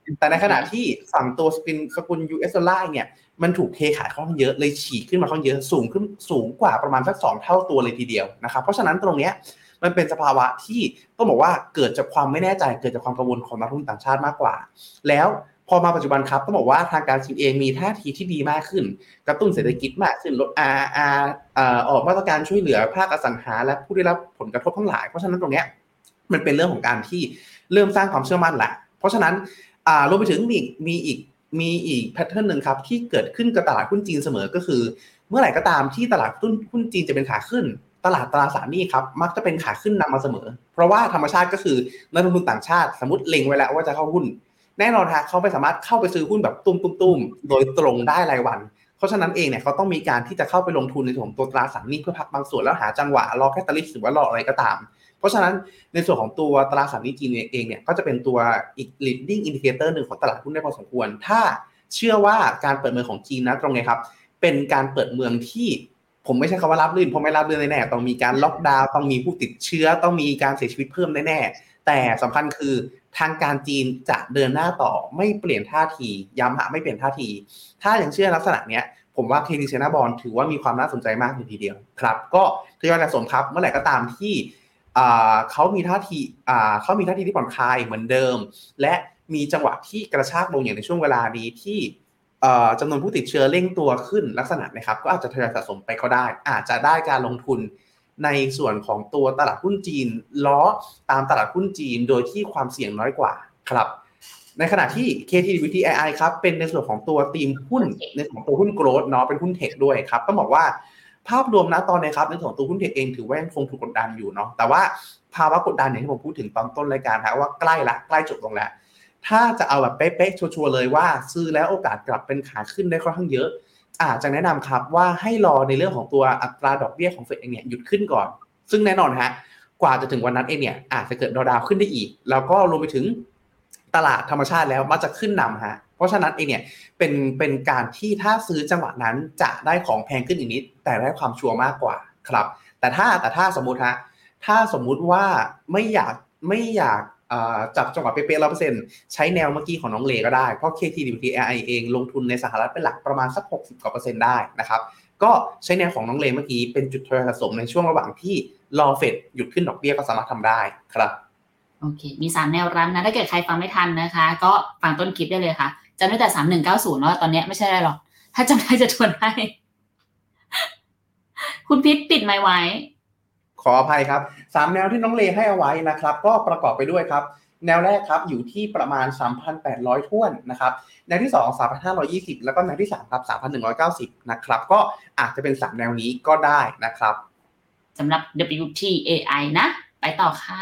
แต่ในขณะที่ฝั่งตัวสกุลสกุล ยู เอส ดอลลาร์เนี่ยมันถูกเทขายค่อนข้างเยอะเลยฉีกขึ้นมาค่อนข้างเยอะสูงขึ้นสูงกว่าประมาณสักสองเท่าตัวเลยทีเดียวนะครับเพราะฉะนั้นตรงเนี้ยมันเป็นสภาวะที่ต้องบอกว่าเกิดจากความไม่แน่ใจเกิดจากความกังวลของนักลงทุนต่างชาติมากกว่าแล้วพอมาปัจจุบันครับต้องบอกว่าทางการจีนเองมีท่าทีที่ดีมากขึ้นกระตุ้นเศรษฐกิจมากขึ้นลด อาร์ อาร์ เอ่อออกมาตรการช่วยเหลือภาคอสังหาและผู้ได้รับผลกระทบทั้งหลายเพราะฉะนั้นตรงเนี้ยมันเป็นเรื่องของการที่เริ่มสร้างความเชื่อมั่นแหละเพราะฉะนั้นอ่ารวมไปถึงมีมีอีกมีอีกแพทเทิร์นนึงครับที่เกิดขึ้นกับตลาดหุ้นจีนเสมอก็คือเมื่อไหร่ก็ตามที่ตลาดหุ้นหุ้นจีนจะเป็นขาขึ้นตลาดตราสารหนี้ครับมักจะเป็นขาขึ้นนำมาเสมอเพราะว่าธรรมชาติก็คือนักลงทุนต่างชาติสมมติเล็งไว้แล้วว่าจะเข้าหุ้นแน่นอนฮะเขาไม่สามารถเข้าไปซื้อหุ้นแบบตุ้มๆๆโดยตรงได้รายวันเพราะฉะนั้นเองเนี่ยเขาต้องมีการที่จะเข้าไปลงทุนในส่วนของตัวตราสารหนี้เพื่อพักบางส่วนแล้วหาจังหวะรอแคตาลิสต์หรือว่ารออะไรก็ตามเพราะฉะนั้นในส่วนของตัวตราสารหนี้จีนเองเนี่ยก็จะเป็นตัวอีก leading indicator นึงของตลาดหุ้นได้พอสมควรถ้าเชื่อว่าการเปิดเมืองของจีนนะตรงนี้ครับเป็นการเปิดเมืองที่ผมไม่ใช่คำว่าราบรื่นเพราะไม่ราบรื่นแน่ๆต้องมีการล็อกดาวน์ต้องมีผู้ติดเชื้อต้องมีการเสียชีวิตเพิ่มแน่ๆแต่สำคัญคือทางการจีนจะเดินหน้าต่อไม่เปลี่ยนท่าทีย้ำหาไม่เปลี่ยนท่าทีถ้าอย่างเชื่อลักษณะเนี้ยผมว่า เค ที China Bond ถือว่ามีความน่าสนใจมากทีเดียวครับก็ทยอยสะสมครับเมื่อไหร่ก็ตามที่เขามีท่าทีเขามีท่าทีที่ผ่อนคลายเหมือนเดิมและมีจังหวะที่กระชากลงอย่างในช่วงเวลานี้ที่จำนวนผู้ติดเชื้อเร่งตัวขึ้นลักษณะนะครับก็อาจจะทยอยสะสมไปก็ได้อาจจะได้การลงทุนในส่วนของตัวตลาดหุ้นจีนล้อตามตลาดหุ้นจีนโดยที่ความเสี่ยงน้อยกว่าครับในขณะที่ เค ที วี ที ไอ ไอ ครับเป็นในส่วนของตัวทีมหุ้นในของตัวหุ้นโกลด์เนาะเป็นหุ้นเทคด้วยครับต้องบอกว่าภาพรวมนะตอนนี้ครับในส่วนของตัวหุ้นเทคเองถือว่ายังคงถูกกดดันอยู่เนาะแต่ว่าภาวะกดดันอย่างที่ผมพูดถึงตอนต้นรายการฮะว่าใกล้ละใกล้จบลงแล้วถ้าจะเอาแบบเป๊ะๆชัวร์ๆเลยว่าซื้อแล้วโอกาสกลับเป็นขาขึ้นได้ค่อนข้างเยอะอาจจะแนะนำครับว่าให้รอในเรื่องของตัวอัตราดอกเบี้ยของเฟดเองเนี่ยหยุดขึ้นก่อนซึ่งแน่นอนฮะกว่าจะถึงวันนั้นเองเนี่ยอาจจะเกิดดาวขึ้นได้อีกแล้วก็รวมไปถึงตลาดธรรมชาติแล้วมันจะขึ้นนำฮะเพราะฉะนั้นเองเนี่ยเป็นเป็นการที่ถ้าซื้อจังหวะนั้นจะได้ของแพงขึ้นอีกนิดแต่ได้ความชัวร์มากกว่าครับแต่ถ้าแต่ถ้าสมมุติฮะถ้าสมมุติว่าไม่อยากไม่อยากจับจังหวะเป๊ะๆ ร้อยเปอร์เซ็นต์ ใช้แนวเมื่อกี้ของน้องเลก็ได้เพราะ เค ที วี ที ไอ ไอ เองลงทุนในสหรัฐเป็นหลักประมาณสักหกสิบกว่าเปอร์เซ็นต์ได้นะครับก็ใช้แนวของน้องเลเมื่อกี้เป็นจุดทยอยสะสมในช่วงระหว่างที่รอเฟดหยุดขึ้นดอกเบี้ยก็สามารถทำได้ครับโอเคมีสามแนวรับนะถ้าเกิดใครฟังไม่ทันนะคะก็ฟังต้นคลิปได้เลยค่ะจำได้แต่สามหนึ่งเก้าศูนย์แล้วตอนนี้ไม่ใช่อะไรหรอกถ้าจำได้จะทวนให้คุณพิษปิดไมค์ไว้ขออภัยครับสามแนวที่น้องเลให้เอาไว้นะครับก็ประกอบไปด้วยครับแนวแรกครับอยู่ที่ประมาณ สามพันแปดร้อย ถ้วนนะครับแนวที่สอง สามพันห้าร้อยยี่สิบแล้วก็แนวที่สามครับ สามพันหนึ่งร้อยเก้าสิบนะครับก็อาจจะเป็นสามแนวนี้ก็ได้นะครับสำหรับ ดับเบิลยู ที เอ ไอ นะไปต่อค่ะ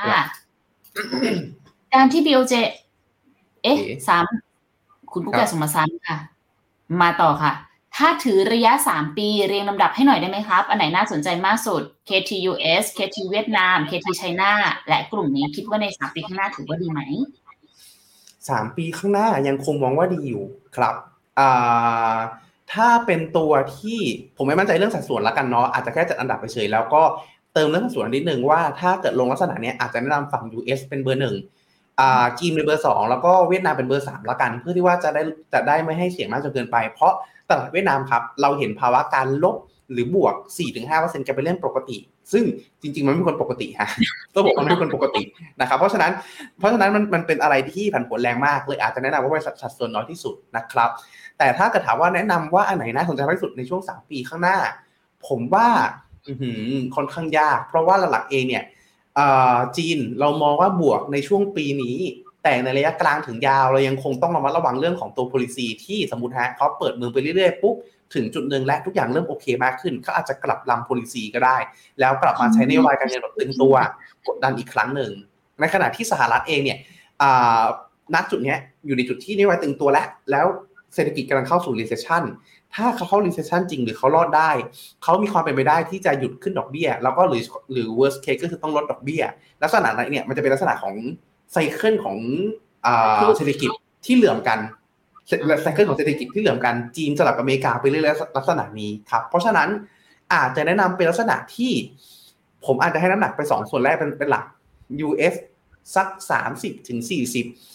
การที่ บี โอ เจ เอ๊ะซ้ำคุณกุ๊กแกส่งมาซ้ำค่ะมาต่อค่ะถ้าถือระยะสามปีเรียงลำดับให้หน่อยได้ไหมครับอันไหนน่าสนใจมากสุด เค ที ยู เอส เค ที เวียดนาม เค ที China และกลุ่มนี้คิดว่าในสามปีข้างหน้าถือว่าดีไหมสามปีข้างหน้ายังคงมองว่าดีอยู่ครับอ่าถ้าเป็นตัวที่ผมไม่มั่นใจเรื่องสัดส่วนละกันเนาะอาจจะแค่จัดอันดับไปเฉยแล้วก็เติมเรื่องสัดส่วนนิดนึงว่าถ้าเกิดลงลักษณะนี้อาจจะแนะนำฝั่ง ยู เอส เป็นเบอร์หนึ่งอ่าจีนเป็นเบอร์สองแล้วก็เวียดนามเป็นเบอร์สามละกันเพื่อที่ว่าจะได้จะได้ไม่ให้เสี่ยงมากจนเกินไปเพราะตลาดเวียดนามครับเราเห็นภาวะการลบหรือบวก สี่ถึงห้าเปอร์เซ็นต์ กันเป็นเรื่องปกติซึ่งจริงๆมันไม่เป็นคนปกติฮะต้องบอกว่าไม่เป็นคนปกตินะครับเพราะฉะนั้นเพราะฉะนั้นมันมันเป็นอะไรที่ผันผวนแรงมากเลยอาจจะแนะนำว่าเป็นสัดส่วนน้อยที่สุดนะครับแต่ถ้าเกิดถามว่าแนะนำว่าอันไหนน่าสนใจมากที่สุดในช่วงสามปีข้างหน้าผมว่าค่อนข้างยากเพราะว่าหลักๆเองเนี่ยจีนเรามองว่าบวกในช่วงปีนี้แต่ในระยะกลางถึงยาวเรายังคงต้องระมัดระวังเรื่องของตัว policy ที่สมมุติฮะเขาเปิดเมืองไปเรื่อยๆปุ๊บถึงจุดนึงและทุกอย่างเริ่มโอเคมากขึ้นเขาอาจจะกลับลำ policy ก็ได้แล้วกลับมาใช้นโยบายการเงินแบบตึงตัวกดดันอีกครั้งหนึ่งในขณะที่สหรัฐเองเนี่ยณจุดนี้อยู่ในจุดที่นโยบายตึงตัวแล้วแล้วเศรษฐกิจกำลังเข้าสู่ recession ถ้าเขาเข้า recession จริงหรือเขารอดได้เขามีความเป็นไปได้ที่จะหยุดขึ้นดอกเบี้ยแล้วก็หรือหรือ worst case ก็คือต้องลดดอกเบี้ยลักษณะนั้นเนี่ยมันจะเป็นลักษณะของไซเคิลของเศรษฐกิจที่เหลื่อมกันไซเคิลของเศรษฐกิจที่เหลื่อมกันจีนสลับอเมริกาไปเรื่อยๆลักษณะนี้ครับเพราะฉะนั้นอาจจะแนะนำเป็นลักษณะที่ผมอาจจะให้น้ำหนักไปสองส่วนแรกเป็นเป็นหลัก ยู เอส สัก สามสิบถึงสี่สิบ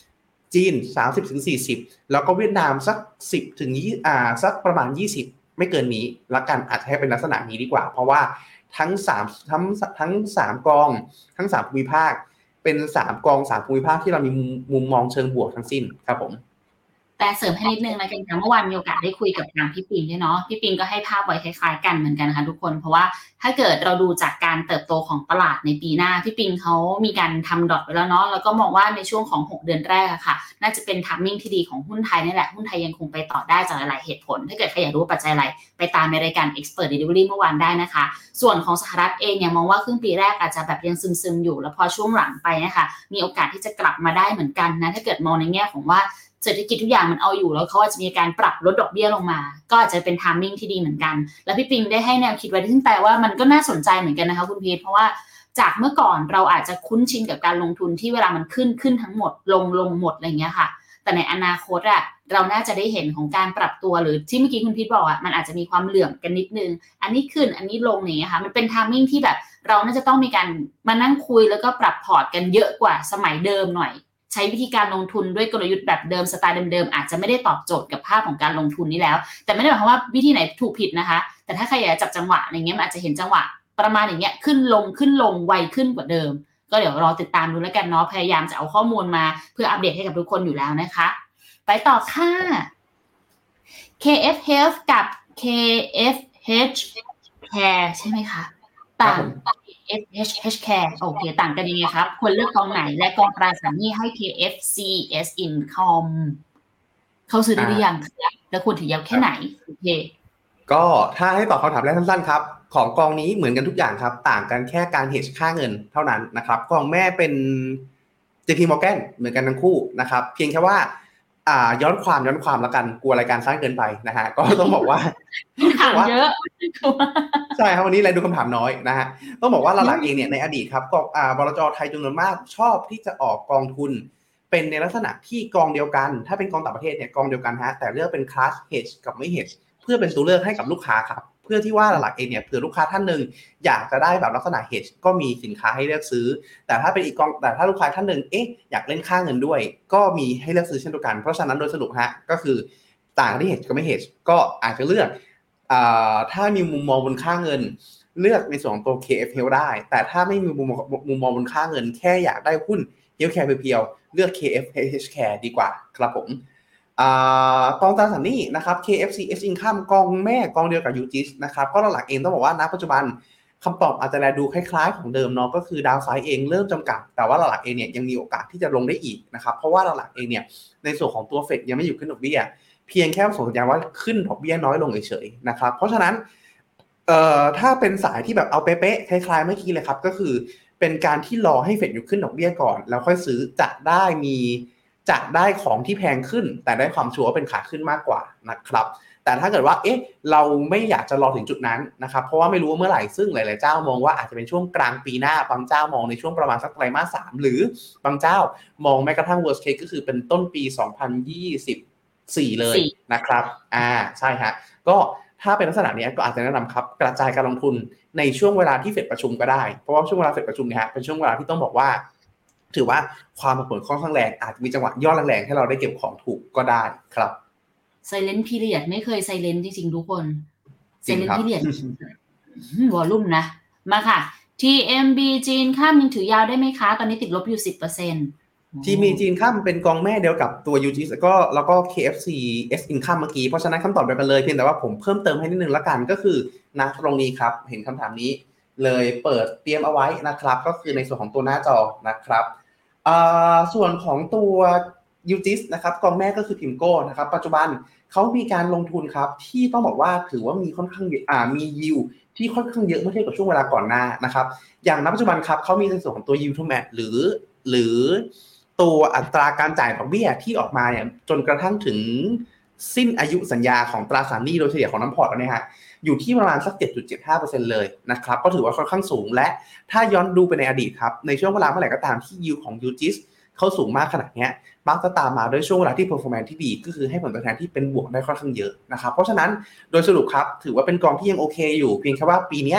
จีน สามสิบถึงสี่สิบ แล้วก็เวียดนามสักสิบถึงยี่สิบอ่าสักประมาณยี่สิบไม่เกินนี้ละกันอาจจะให้เป็นลักษณะนี้ดีกว่าเพราะว่าทั้งสามทั้งทั้งสามกองทั้งสามภูมิภาคเป็นสามกองสามภูมิภาคที่เรามีมุมมองเชิงบวกทั้งสิ้นครับผมแต่เสริมให้นิดนึงนะกันค่ะเมื่อวานมีโอกาสได้คุยกับทางพี่ปิงด้วยเนาะพี่ปิงก็ให้ภาพไว้คล้ายๆกันเหมือนกันค่ะทุกคนเพราะว่าถ้าเกิดเราดูจากการเติบโตของตลาดในปีหน้าพี่ปิงเขามีการทำดอทไว้แล้วเนาะแล้วก็มองว่าในช่วงของหกเดือนแรกอะค่ะน่าจะเป็นไทมิ่งที่ดีของหุ้นไทยนี่แหละหุ้นไทยยังคงไปต่อได้จากหลายๆเหตุผลถ้าเกิดใครอยากรู้ปัจจัยอะไรไปตามในรายการ Expert Delivery เมื่อวานได้นะคะส่วนของสหรัฐเองเนี่ยมองว่าครึ่งปีแรกอาจจะแบบยังซึมๆอยู่แล้วพอช่วงหลังไปนะคะมีโอกาสที่จะกลับมาได้เหมือนกันนะถ้าเกิดมองในแง่ของว่าเศรษฐกิจทุกอย่างมันเอาอยู่แล้วเขาอาจจะมีการปรับลดดอกเบี้ยลงมาก็อาจจะเป็นไทมิ่งที่ดีเหมือนกันแล้วพี่ปิงได้ให้แนวคิดไว้ซึ่งแปลว่ามันก็น่าสนใจเหมือนกันนะคะคุณพีทเพราะว่าจากเมื่อก่อนเราอาจจะคุ้นชินกับการลงทุนที่เวลามันขึ้นขึ้นทั้งหมดลงลงหมดอะไรอย่างเงี้ยค่ะแต่ในอนาคตอะเราน่าจะได้เห็นของการปรับตัวหรือที่เมื่อกี้คุณพีทบอกอะมันอาจจะมีความเหลื่อมกันนิดนึงอันนี้ขึ้นอันนี้ลงอย่างเงี้ยค่ะมันเป็นไทมิ่งที่แบบเราน่าจะต้องมีการมานั่งคุยแล้วก็ปรับพอร์ตกันเยอะกว่าสมัยเดิมหน่อยใช้วิธีการลงทุนด้วยกลยุทธ์แบบเดิมสไตล์เดิมๆอาจจะไม่ได้ตอบโจทย์กับภาพของการลงทุนนี้แล้วแต่ไม่ได้หมายความว่าวิธีไหนถูกผิดนะคะแต่ถ้าใครอยากจับจังหวะอย่างเงี้ยมันอาจจะเห็นจังหวะประมาณอย่างเงี้ยขึ้นลงขึ้นลงไวขึ้นกว่าเดิมก็เดี๋ยวรอติดตามดูแล้วกันเนาะพยายามจะเอาข้อมูลมาเพื่ออัปเดตให้กับทุกคนอยู่แล้วนะคะไปต่อค่ะ เค เอฟ Health กับ เค เอฟ เอช Care ใช่ไหมคะต่าง เค เอฟ เอช Care โอเคต่างกันยังไงครับควรเลือกกองไหนและกองตราสารหนี้ให้ เค เอฟ ซี เอส Income เขาซื้อได้หรือยังแล้วควรถือยาวแค่ไหนโอเคก็ถ้าให้ตอบคำถามแรกสั้นๆครับของกองนี้เหมือนกันทุกอย่างครับต่างกันแค่การ hedge ค่าเงินเท่านั้นนะครับกองแม่เป็น เจ พี Morgan เหมือนกันทั้งคู่นะครับเพียงแค่ว่าอ่าย้อนความย้อนความแล้วกันกลัวรายการสั้นเกินไปนะฮะก็ต้องบอกว่าถามเยอะใช่ครับวันนี้รายดูคำถามน้อยนะฮะต้องบอกว่าหลักๆเองเนี่ยในอดีตครับกองอ่าบลจ.ไทยจำนวนมากชอบที่จะออกกองทุนเป็นในลักษณะที่กองเดียวกันถ้าเป็นกองต่างประเทศเนี่ยกองเดียวกันฮะแต่เลือกเป็นคลาส hedge กับไม่ hedge เพื่อเป็นตัวเลือกให้กับลูกค้าครับเพื่อที่ว่าหลักๆเองเนี่ยเผื่อลูกค้าท่านนึงอยากจะได้แบบลักษณะ hedge ก็มีสินค้าให้เลือกซื้อแต่ถ้าเป็นอีกกองแต่ถ้าลูกค้าท่านนึงเอ๊ะอยากเล่นค่าเงินด้วยก็มีให้เลือกซื้อเช่นเดียวกันเพราะฉะนั้นโดยสรุปฮะก็คือต่างที่ hedge กับไม่ hedge ก็อาจจะเลือกอ่าถ้ามีมุมมองบนค่าเงินเลือกในส่วนของตัว เค เอฟ Health ได้แต่ถ้าไม่มีมุมมุมมองบนค่าเงินแค่อยากได้หุ้น Healthcare เพียวๆเลือก เค เอฟ เอช Care ดีกว่าครับผมอ่ากองตราสารหนี้นะครับ เค เอฟ ซี เอส Income กองแม่กองเดียวกับ ยู จี ไอ เอส นะครับก็หลักๆเองต้องบอกว่าณปัจจุบันคำตอบอาจจะแลดูคล้ายๆของเดิมเนาะก็คือดาวไซด์เองเริ่มจำกัดแต่ว่าหลักๆเองเนี่ยยังมีโอกาสที่จะลงได้อีกนะครับเพราะว่าหลักๆเองเนี่ยในส่วนของตัวเฟดยังไม่อยู่ขึ้นดอกเบี้ยเพียงแค่ส่งสัญญาณว่าขึ้นดอกเบี้ยน้อยลงเฉยๆนะครับเพราะฉะนั้นเอ่อถ้าเป็นสายที่แบบเอาเป๊ะๆคล้ายๆเมื่อกี้เลยครับก็คือเป็นการที่รอให้เฟดอยู่ขึ้นดอกเบี้ยก่อนแล้วค่อยซื้อจะได้มีจะได้ของที่แพงขึ้นแต่ได้ความชัวร์เป็นขาขึ้นมากกว่านะครับแต่ถ้าเกิดว่าเอ๊ะเราไม่อยากจะรอถึงจุดนั้นนะครับเพราะว่าไม่รู้ว่าเมื่อไหร่ซึ่งหลายๆเจ้ามองว่าอาจจะเป็นช่วงกลางปีหน้าบางเจ้ามองในช่วงประมาณสักไตรมาสสามหรือบางเจ้ามองแม้กระทั่ง worst case ก็คือเป็นต้นปีสองพันยี่สิบสี่เลยนะครับอ่าใช่ฮะก็ถ้าเป็นลักษณะนี้ก็อาจจะแนะนำครับกระจายการลงทุนในช่วงเวลาที่เฟดประชุมก็ได้เพราะว่าช่วงเวลาเฟดประชุมเนี่ยฮะเป็นช่วงเวลาที่ต้องบอกว่าถือว่าความผันผวนค่อนข้างแรงอาจมีจังหวะย่อแรงๆให้เราได้เก็บของถูกก็ได้ครับ Silent Period ไม่เคย Silent จริงๆทุกคน Silent Period วอลลุ่มนะมาค่ะ ที เอ็ม บี จีนข้ามยังถือยาวได้ไหมคะตอนนี้ติดลบอยู่ สิบเปอร์เซ็นต์ที เอ็ม บี จีนข้ามเป็นกองแม่เดียวกับตัว ยู จี ไอ เอส แล้วก็แล้วก็ เค เอฟ ซี เอส Income เมื่อกี้เพราะฉะนั้นคำตอบเดียวกันเลยเพียงแต่ว่าผมเพิ่มเติมให้นิดนึงละกันก็คือณตรงนี้ครับเห็นคำถามนี้เลยเปิดเตรียมเอาไว้นะครับก็คือในส่วนของตัวหน้าจอนะครับส่วนของตัว ยู จี ไอ เอส นะครับกองแม่ก็คือ Pimco นะครับปัจจุบันเขามีการลงทุนครับที่ต้องบอกว่าถือว่ามีค่อนข้างอ่ามี yield ที่ค่อนข้างเยอะเมื่อเทียบกับช่วงเวลาก่อนหน้านะครับอย่างณปัจจุบันครับเขามีในส่วนของตัว yield to match หรือหรือตัวอัตราการจ่ายดอกเบี้ยที่ออกมาเนี่ยจนกระทั่งถึงสิ้นอายุสัญญาของตราสารหนี้โดยเฉลี่ยของน้ำพอร์ตแล้วเนี่ยฮะอยู่ที่ประมาณสัก เจ็ดจุดเจ็ดห้าเปอร์เซ็นต์ เลยนะครับก็ถือว่าค่อนข้างสูงและถ้าย้อนดูไปในอดีตครับในช่วงเวลาเมื่อไหร่ก็ตามที่ yield ของ ยู จี ไอ เอส เขาสูงมากขนาดนี้มักจะตามมาด้วยช่วงเวลาที่ performance ที่ดีก็คือให้ผลตอบแทนที่เป็นบวกได้ค่อนข้างเยอะนะครับเพราะฉะนั้นโดยสรุปครับถือว่าเป็นกองที่ยังโอเคอยู่เพียงแค่ว่าปีนี้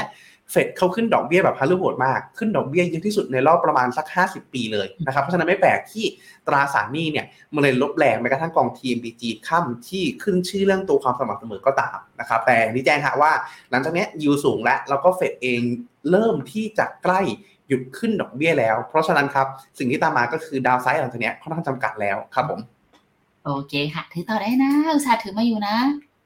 เฟดเขาขึ้นดอกเบี้ยแบบฮารุโหดมากขึ้นดอกเบี้ยเยอะที่สุดในรอบประมาณสักห้าสิบปีเลยนะครับเพราะฉะนั้นไม่แปลกที่ตราสารหนี้เนี่ยมันเลยลบแรงแม้กระทั่งกอง ที เอ็ม บี จี ค่ำที่ขึ้นชื่อเรื่องตัวความสม่ำเสมอก็ตามนะครับแต่นี่แจ้งฮะว่าหลังจากนี้ยิวสูงแล้วแล้วก็เฟดเองเริ่มที่จะใกล้หยุดขึ้นดอกเบี้ยแล้วเพราะฉะนั้นครับสิ่งที่ตามมาก็คือดาวไซด์หลังจากนี้ค่อนข้างจำกัดแล้วครับผมโอเคค่ะถือต่อได้นะอุตส่าห์ถือมาอยู่นะ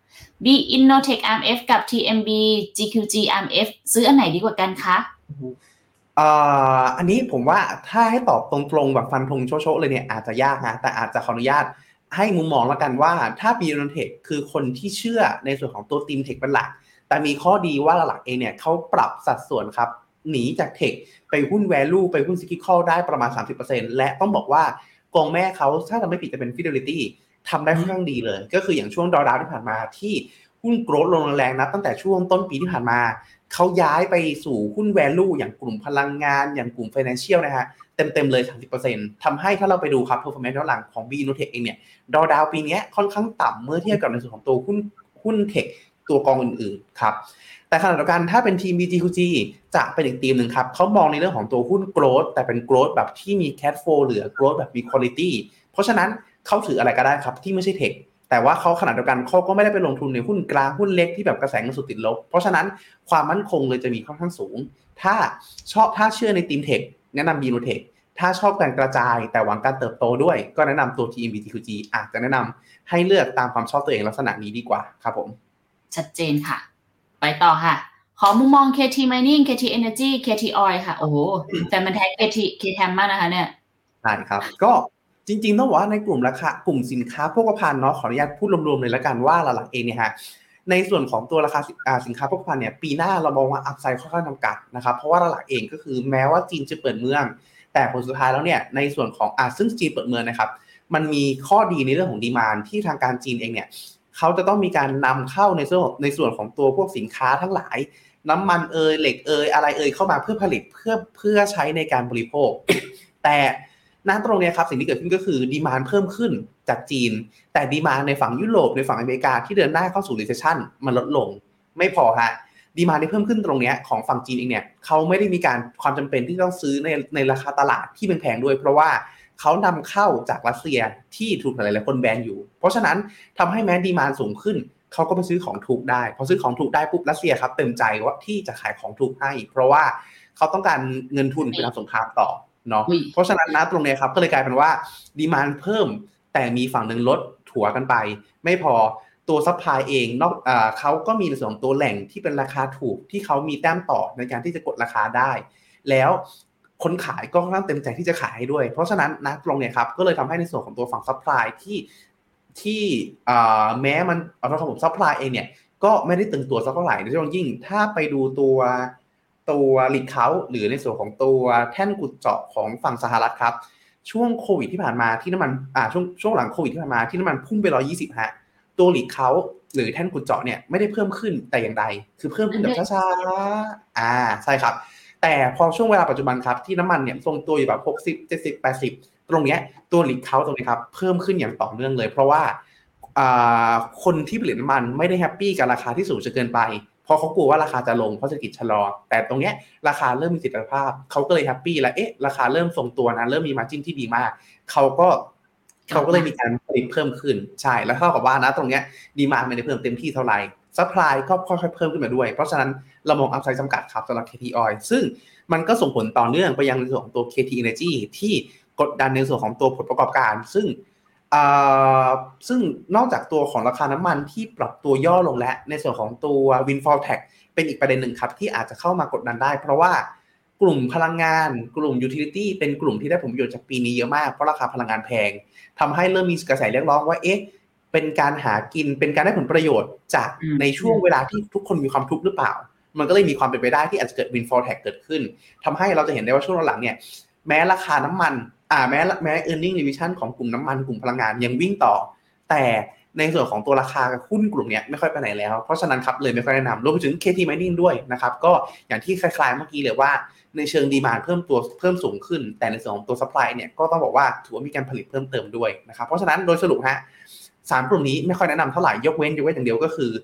B Innotech อาร์ เอ็ม เอฟ กับ ที เอ็ม บี จี คิว จี อาร์ เอ็ม เอฟ ซื้ออันไหนดีกว่ากันคะเอ่ออันนี้ผมว่าถ้าให้ตอบตรงๆแบบฟันธงโชะๆเลยเนี่ยอาจจะยากนะแต่อาจจะขออนุญาตให้มุมมองแล้วกันว่าถ้า B Innotech คือคนที่เชื่อในส่วนของตัวทีมเทคเป็นหลักแต่มีข้อดีว่าหลักเองเนี่ยเขาปรับสัดส่วนครับหนีจากเทคไปหุ้น value ไปหุ้น cyclical ได้ประมาณ สามสิบเปอร์เซ็นต์ และต้องบอกว่ากองแม่เขาถ้าจำไม่ผิดจะเป็น Fidelity ทำได้ค่อนข้างดีเลยก็คืออย่างช่วงดาวๆที่ผ่านมาที่หุ้นโกรทลงแรงนะตั้งแต่ช่วงต้นปีที่ผ่านมาเขาย้ายไปสู่หุ้น value อย่างกลุ่มพลังงานอย่างกลุ่ม financial นะฮะเต็มๆเลย สามสิบเปอร์เซ็นต์ ทำให้ถ้าเราไปดูครับ performance ย้อนหลังของ B Innotech เองเนี่ยดาวๆปีนี้ค่อนข้างต่ำเมื่อเทียบกับในส่วนของตัวหุ้นหุ้นเทคตัวกองอื่นๆครับแต่ขณะเดียวกันถ้าเป็นทีม บี จี คิว จี จะเป็นอีกทีมนึงครับเขามองในเรื่องของตัวหุ้น growth แต่เป็น growth แบบที่มี cash flow เหลือ growth แบบมี quality เพราะฉะนั้นเขาถืออะไรก็ได้ครับที่ไม่ใช่เทคแต่ว่าเขาขณะเดียวกันเขาก็ไม่ได้ไปลงทุนในหุ้นกลางหุ้นเล็กที่แบบกระแสเงินสดติดลบเพราะฉะนั้นความมั่นคงเลยจะมีค่อนข้างสูงถ้าชอบถ้าเชื่อในทีมเทคแนะนำ B Innotech ถ้าชอบการกระจายแต่หวังการเติบโตด้วยก็แนะนำตัว ที เอ็ม บี จี คิว จี อาจจะแนะนำให้เลือกตามความชอบตัวเองลักษณะนี้ดีกว่าครับผมชัดเจนค่ะไปต่อค่ะขอมุมมอง เค ที Mining เค ที Energy เค ที Oil ค่ะโอ้โหแต่มันแท้ เค ที เค ที มากนะคะเนี่ยใช่ครับก็จริงๆต้องบอกว่าในกลุ่มราคากลุ่มสินค้าโภคภัณฑ์เนาะขออนุญาตพูดรวมๆเลยละกันว่าหลักๆเองเนี่ยฮะในส่วนของตัวราคาสินค้าโภคภัณฑ์เนี่ยปีหน้าเรามองว่าอัพไซด์ค่อนข้างจำกัดนะครับเพราะว่าหลักๆเองก็คือแม้ว่าจีนจะเปิดเมืองแต่ผลสุดท้ายแล้วเนี่ยในส่วนของอ่าซึ่งจีนเปิดเมืองนะครับมันมีข้อดีในเรื่องของดีมานด์ที่ทางการจีนเองเนี่ยเขาจะต้องมีการนำเข้าในส่วนในส่วนของตัวพวกสินค้าทั้งหลายน้ำมันเอยเหล็กเอยอะไรเอยเข้ามาเพื่อผลิตเพื่อเพื่อใช้ในการบริโภค แต่ณตรงนี้ครับสิ่งที่เกิดขึ้นก็คือดีมานด์เพิ่มขึ้นจากจีนแต่ดีมานด์ในฝั่งยุโรปในฝั่งอเมริกาที่เดินหน้าเข้าสู่ recession มันลดลงไม่พอฮะดีมานด์ที่เพิ่มขึ้นตรงนี้ของฝั่งจีนเองเนี่ยเขาไม่ได้มีการความจำเป็นที่ต้องซื้อในในราคาตลาดที่แพงๆด้วยเพราะว่าเขานำเข้าจากรัสเซียที่ถูกหลายๆคนแบนอยู่เพราะฉะนั้นทำให้แม้ดีมานด์สูงขึ้นเขาก็ไปซื้อของถูกได้พอซื้อของถูกได้ปุ๊บรัสเซียครับเต็มใจว่าที่จะขายของถูกให้เพราะว่าเขาต้องการเงินทุนไปทำสงครามต่อเนาะเพราะฉะนั้นนะตรงนี้ครับก็เลยกลายเป็นว่าดีมานด์เพิ่มแต่มีฝั่งหนึ่งลดถัวกันไปไม่พอตัวซัพพลายเองนอกอ่าเขาก็มีในส่วนของตัวแหล่งที่เป็นราคาถูกที่เขามีแต้มต่อในการที่จะกดราคาได้แล้วคนขายก็ค่อนข้างเต็มใจที่จะขายให้ด้วยเพราะฉะนั้นนะตรงนี้ครับก็เลยทำให้ในส่วนของตัวฝั่งซัพพลายที่ที่อ่าแม้มันเอาตัวของซัพพลายเองเนี่ยก็ไม่ได้ตึงตัวสักเท่าไหร่โดยเฉพาะยิ่งถ้าไปดูตัวตัวลิกเขาหรือในส่วนของตัวแท่นขุดเจาะของฝั่งสหรัฐครับช่วงโควิดที่ผ่านมาที่น้ำมันอ่าช่วงช่วงหลังโควิดที่ผ่านมาที่น้ำมันพุ่งไปหนึ่งร้อยยี่สิบฮะตัวลิกเขาหรือแท่นขุดเจาะเนี่ยไม่ได้เพิ่มขึ้นแต่อย่างใดคือเพิ่มขึ้นแบบช้าๆอ่าใช่ครับแต่พอช่วงเวลาปัจจุบันครับที่น้ำมันเนี่ยทรงตัวอยู่แบบหกสิบ เจ็ดสิบ แปดสิบตรงเนี้ยตัวลิกเขาตรงนี้ครับเพิ่มขึ้นอย่างต่อเนื่องเลยเพราะว่าอ่าคนที่ผลิตน้ำมันไม่ได้แฮปปี้กับราคาที่สูงจนเกินไปพอเขากลัวว่าราคาจะลงเพราะเศรษฐกิจชะลอแต่ตรงเนี้ยราคาเริ่มมีเสถียรภาพเขาก็เลยแฮปปี้แล้วเอ๊ะราคาเริ่มทรงตัวนะเริ่มมีมาร์จิ้นที่ดีมากเขาก็เขาก็เลยมีการผลิตเพิ่มขึ้นใช่แล้วเท่ากับว่านะตรงเนี้ยดีมานด์ไม่ได้เพิ่มเต็มที่เท่าไหร่ซัพพลายก็ค่อยๆเพิ่มขึ้นมาด้วยเพราะฉะนั้นเรามองอัพไซด์จำกัดครับสำหรับ เค ที Oil ซึ่งมันก็ส่งผลต่อเนื่องไปยังในส่วนของตัว เค ที Energy ที่กดดันในส่วนของตัวผลประกอบการซึ่งซึ่งนอกจากตัวของราคาน้ำมันที่ปรับตัวย่อลงและในส่วนของตัว Windfall Tax เป็นอีกประเด็นหนึ่งครับที่อาจจะเข้ามากดดันได้เพราะว่ากลุ่มพลังงานกลุ่ม utility เป็นกลุ่มที่ได้ผลประโยชน์จากปีนี้เยอะมากเพราะราคาพลังงานแพงทำให้เริ่มมีกระแสเรียกร้องว่าเอ๊ะเป็นการหากินเป็นการได้ผลประโยชน์จากในช่วงเวลาที่ทุกคนมีความทุกข์หรือเปล่ามันก็เลยมีความเป็นไปได้ที่อาจจะเกิด Windfall Tax เกิดขึ้นทำให้เราจะเห็นได้ว่าช่วงหลังเนี่ยแม้ราคาน้ำมันอ่าแม้แม้ earning revision ของกลุ่มน้ำมันกลุ่มพลังงานยังวิ่งต่อแต่ในส่วนของตัวราคาหุ้นกลุ่มนี้ไม่ค่อยไปไหนแล้วเพราะฉะนั้นครับเลยไม่ค่อยแนะนำรวมไปถึง เค ที Mining ด้วยนะครับก็อย่างที่คล้ายๆเมื่อกี้เลยว่าในเชิงดีมานด์เพิ่มตัวเพิ่มสูงขึ้นแต่ในส่วนของตัว supply เนี่ยก็ต้องบอกว่าถือว่ามีการผลิตเพิ่มเติมด้วยนะครับเพราะฉะนั้นโดยสรุปฮะสามกลุ่มนี้ไม่ค่อยแนะนำเท่าไหร่ยกเว้นยกเว้นอย่างเดียวก็คือ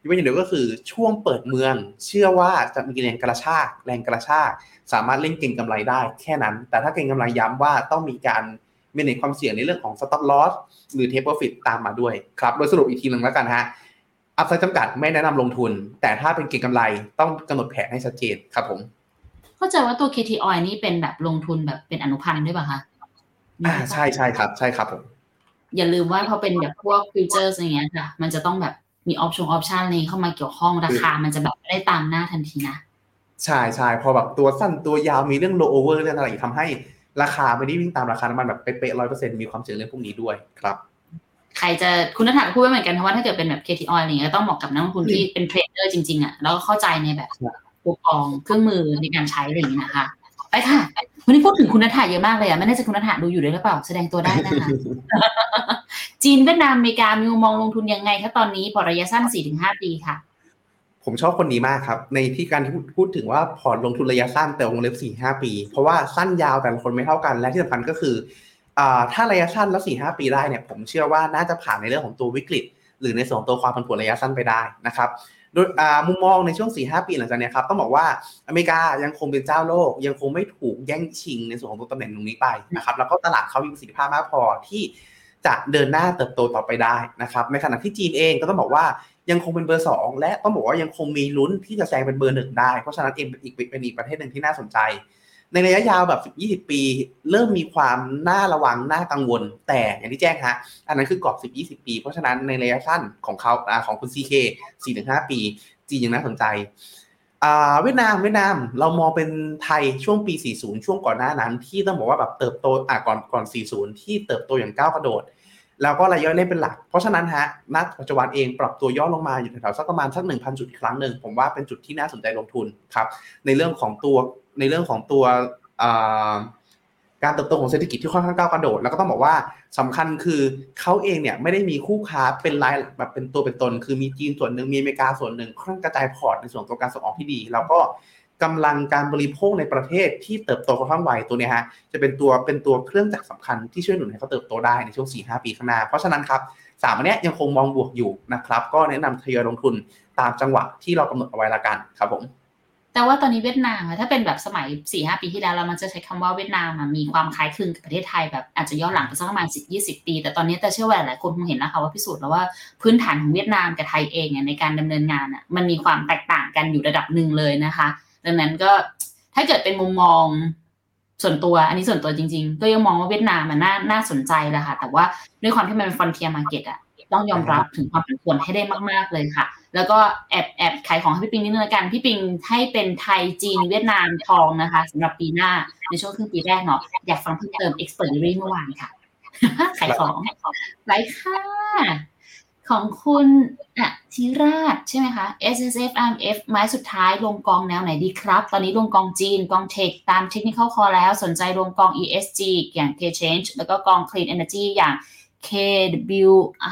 ยกเว้นอย่างเดียวก็คือช่วงเปิดเมืองเชื่อว่าจะมีแรงกระชากแรงกระชากสามารถเล่นเก็งกำไรได้แค่นั้นแต่ถ้าเก็งกำไรย้ำว่าต้องมีการmanage ความเสี่ยงในเรื่องของ stop loss หรือ take profit ตามมาด้วยครับโดยสรุปอีกทีนึงแล้วกันฮะอัพไซด์จำกัดไม่แนะนำลงทุนแต่ถ้าเป็นเก็งกำไรต้องกำหนดแผนให้ชัดเจนครับผมเข้าใจว่าตัว เค ที Oil นี่เป็นแบบลงทุนแบบเป็นอนุพันธ์ด้วยป่ะคะอ่าใช่ใช่ครับใช่ครับผมอย่าลืมว่าพอเป็นแบบพวก futures อย่างเงี้ยค่ะมันจะต้องแบบมีออปชั่นออปชั่นอะไรเข้ามาเกี่ยวข้องราคามันจะแบบไม่ได้ตามหน้าทันทีนะใช่ใช่พอแบบตัวสั้นตัวยาวมีเรื่อง low over เรื่องอะไรทำให้ราคาไม่ได้วิ่งตามราคาน้ำมันแบบเป๊ะๆ ร้อยเปอร์เซ็นต์ มีความเสี่ยงเรื่องพวกนี้ด้วยครับใครจะคุณณฐาพูดไว้เหมือนกันว่าถ้าเกิดเป็นแบบ เค ที Oil อะไรเงี้ยต้องเหมาะกับนักลงทุนที่เป็นเทรดเดอร์จริงๆอ่ะแล้วก็เข้าใจในแบบตัวกองเครื่องมือในการใช้อะไรอย่างเงี้ยนะคะไปค่ะวันนี้พูดถึงคุณณฐาเยอะมากเลยอ่ะไม่แน่ใจคุณณฐาดูอยู่ด้วยหรือเปล่าแสดงตัวได้นะคะจีนเวียดนามอเมริกามีมุมมองลงทุนยังไงคะตอนนี้พอร์ตระยะสั้น สี่ถึงห้า ปีค่ะผมชอบคนนี้มากครับในที่การที่พูดถึงว่าพอร์ตลงทุนระยะสั้นแต่วงเล็บ สี่ถึงห้า ปีเพราะว่าสั้นยาวแต่ละคนไม่เท่ากันและที่สำคัญก็คืออ่าถ้าระยะสั้นแล้ว สี่ถึงห้า ปีได้เนี่ยผมเชื่อว่าน่าจะผ่านในเรื่องของตัววิกฤตหรือในส่วนตัวความผันผวนระยะสั้นไปได้นะครับโดยมุมมองในช่วง สี่ถึงห้า ปีหลังจากนี้ครับต้องบอกว่าอเมริกายังคงเป็นเจ้าโลกยังคงไม่ถูกแย่งชิงในส่วนของตัวตำแหน่งตรงนี้ไปนะครับแล้วก็ตลาดเขามีประสิทธิภาพมากพอที่จะเดินหน้าเติบโตต่อไปได้นะครับในขณะที่จีนเองก็ต้องบอกว่ายังคงเป็นเบอร์สองและต้องบอกว่ายังคงมีลุ้นที่จะแซงเป็นเบอร์หนึ่งได้เพราะฉะนั้นเองเป็นอีกเป็นอีกประเทศหนึ่งที่น่าสนใจในระยะยาวแบบสิบ ยี่สิบ ปีเริ่มมีความน่าระวังน่ากังวลแต่อย่างที่แจ้งฮะอันนั้นคือกรอบ สิบ ยี่สิบ ปีเพราะฉะนั้นในระยะสั้นของเขาของคุณ ซี เค สี่ถึงห้า ปีจีนยังน่าสนใจเวียดนามเวียดนามเรามองเป็นไทยช่วงปี สี่สิบ ช่วงก่อนหน้านั้นที่ต้องบอกว่าแบบเติบโตอ่ะก่อนก่อน สี่สิบ ที่เติบโตอย่างก้าวกระโดดแล้วก็รายย่อยเล่นเป็นหลักเพราะฉะนั้นฮะณปัจจุบันเองปรับตัวย่อลงมาอยู่แถวๆสักประมาณสัก หนึ่งพัน จุดอีกครั้งนึงผมว่าเป็นจุดที่น่าสนใจลงทุนครับในเรื่องของตัวในเรื่องของตัวการเติบโตของเศรษฐกิจที่ค่อนข้างก้าวกระโดดแล้วก็ต้องบอกว่าสำคัญคือเขาเองเนี่ยไม่ได้มีคู่ค้าเป็นรายแบบเป็นตัวเป็นตนคือมีจีนส่วนหนึ่งมีอเมริกาส่วนหนึ่งค่อนข้างกระจายพอร์ตในส่วนตัวการส่งออกที่ดีแล้วก็กำลังการบริโภคในประเทศที่เติบโตค่อนข้างไวตัวนี้ฮะจะเป็นตัวเป็นตัวเครื่องจักรสำคัญที่ช่วยหนุนให้เขาเติบโตได้ในช่วง สี่ถึงห้า ปีข้างหน้าเพราะฉะนั้นครับสามอันนี้ยังคงมองบวกอยู่นะครับก็แนะนำทยอยลงทุนตามจังหวะที่เรากำหนดเอาไว้ละกันครับผมแต่ว่าตอนนี้เวียดนามถ้าเป็นแบบสมัย สี่ถึงห้า ปีที่แล้วเรามันจะใช้คำว่าเวียดนามมีความคล้ายคลึงกับประเทศไทยแบบอาจจะย้อนหลังไปสักประมาณ สิบถึงยี่สิบ ปีแต่ตอนนี้แต่เชื่อว่าหลายคนคงเห็นแล้วค่ะว่าพิสูจน์แล้วว่าพื้นฐานของเวียดนามกับไทยเองเนี่ยในการดำเนินงานอ่ะมันมีความแตกต่างกันอยู่ระดับหนึ่งเลยนะคะดังนั้นก็ถ้าเกิดเป็นมุมมองส่วนตัวอันนี้ส่วนตัวจริงๆก็ยังมองว่าเวียดนามมันน่าน่าสนใจแหละค่ะแต่ว่าด้วยความที่มันเป็น frontier market อ่ะต้องยอมรับถึงความผันผวนให้ได้มากๆเลยค่ะแล้วก็แอบแอบขายของให้พี่ปิงนิดนึงละกันพี่ปิงให้เป็นไทยจีนเวียดนามทองนะคะสำหรับปีหน้าในช่วงครึ่งปีแรกเนาะอยากฟังเพิ่มเติม expiry เมื่อวานค่ะขายของไลค์ค่ะของคุณอ่ะธีราชใช่ไหมคะ เอส เอส เอฟ อาร์ เอ็ม เอฟ ไม้สุดท้ายลงกองแนวไหนดีครับตอนนี้ลงกองจีนกองเทคตาม Technical Call แล้วสนใจลงกอง อี เอส จี อย่าง K-Change แล้วก็กอง Clean Energy อย่าง เค ดับเบิลยู ไอ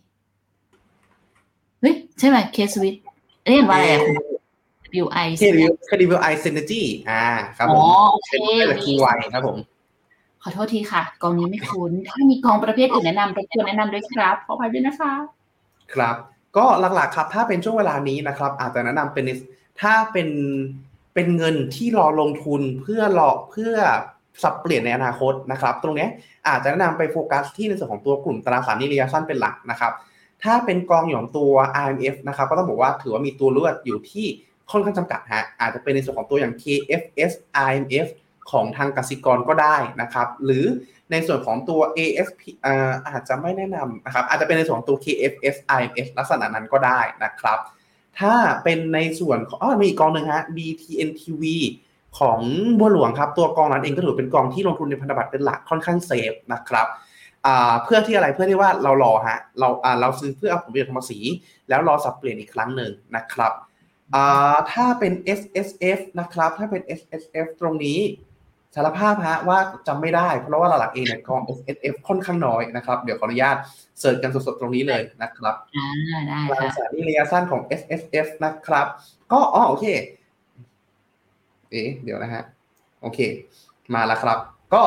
เฮ้ยใช่ไหม K-Switch เรียกว่าอะไรอ่ะคุณ ดับเบิลยู ไอเค ดับเบิลยู ไอ Synergy อ่าครับผมอ๋อโอเคเป็น คี วาย ครับผมขอโทษทีค่ะกองนี้ไม่คุ้นถ้ามีกองประเภทอื่นแนะนำรบกวนแนะนำด้วยครับขออภัยด้วยนะคะครับก็หลักๆครับถ้าเป็นช่วงเวลานี้นะครับอาจจะแนะนำเป็นถ้าเป็นเป็นเงินที่รอลงทุนเพื่อรอเพื่อสับเปลี่ยนในอนาคตนะครับตรงนี้อาจจะแนะนำไปโฟกัสที่ในส่วนของตัวกลุ่มตราสารหนี้ระยะสั้นเป็นหลักนะครับถ้าเป็นกองของตัว อาร์ เอ็ม เอฟ นะครับก็ต้องบอกว่าถือว่ามีตัวเลือกอยู่ที่ค่อนข้างจำกัดฮะอาจจะเป็นในส่วนของตัวอย่าง เค เอฟ เอส อาร์ เอ็ม เอฟ ของทางกสิกรก็ได้นะครับหรือในส่วนของตัว เอ เอส พี อ่าอาจจะไม่แนะนำนะครับอาจจะเป็นในส่วนของตัว เค เอฟ เอส อาร์ เอ็ม เอฟ ลักษณะนั้นก็ได้นะครับถ้าเป็นในส่วนของอ๋อมีอีกกองนึงฮะ บี ที เอ็น ที วี ของบัวหลวงครับตัวกองนั้นเองก็ถือเป็นกองที่ลงทุนในพันธบัตรเป็นหลักค่อนข้างเซฟนะครับอ่าเพื่อที่อะไรเพื่อที่ว่าเรารอฮะเราอ่าเราซื้อเพื่อเอาผลประโยชน์ทางภาษีแล้วรอสับเปลี่ยนอีกครั้งหนึ่งนะครับอ่าถ้าเป็น เอส เอส เอฟ นะครับถ้าเป็น เอส เอส เอฟ ตรงนี้สารภาพฮะว่าจำไม่ได้เพราะว่าหลักๆเองเนี่ยกอง เอส เอส เอฟ ค่อนข้างน้อยนะครับเดี๋ยวขออนุญาตเสิร์ชกันสดๆตรงนี้เลยนะครับอ่าได้ค่ะตราสารหนี้ระยะสั้นของ เอส เอส เอฟ นะครับก็อ๋อโอเคเอ๊ะเดี๋ยวนะฮะโอเคมาแล้วครับก็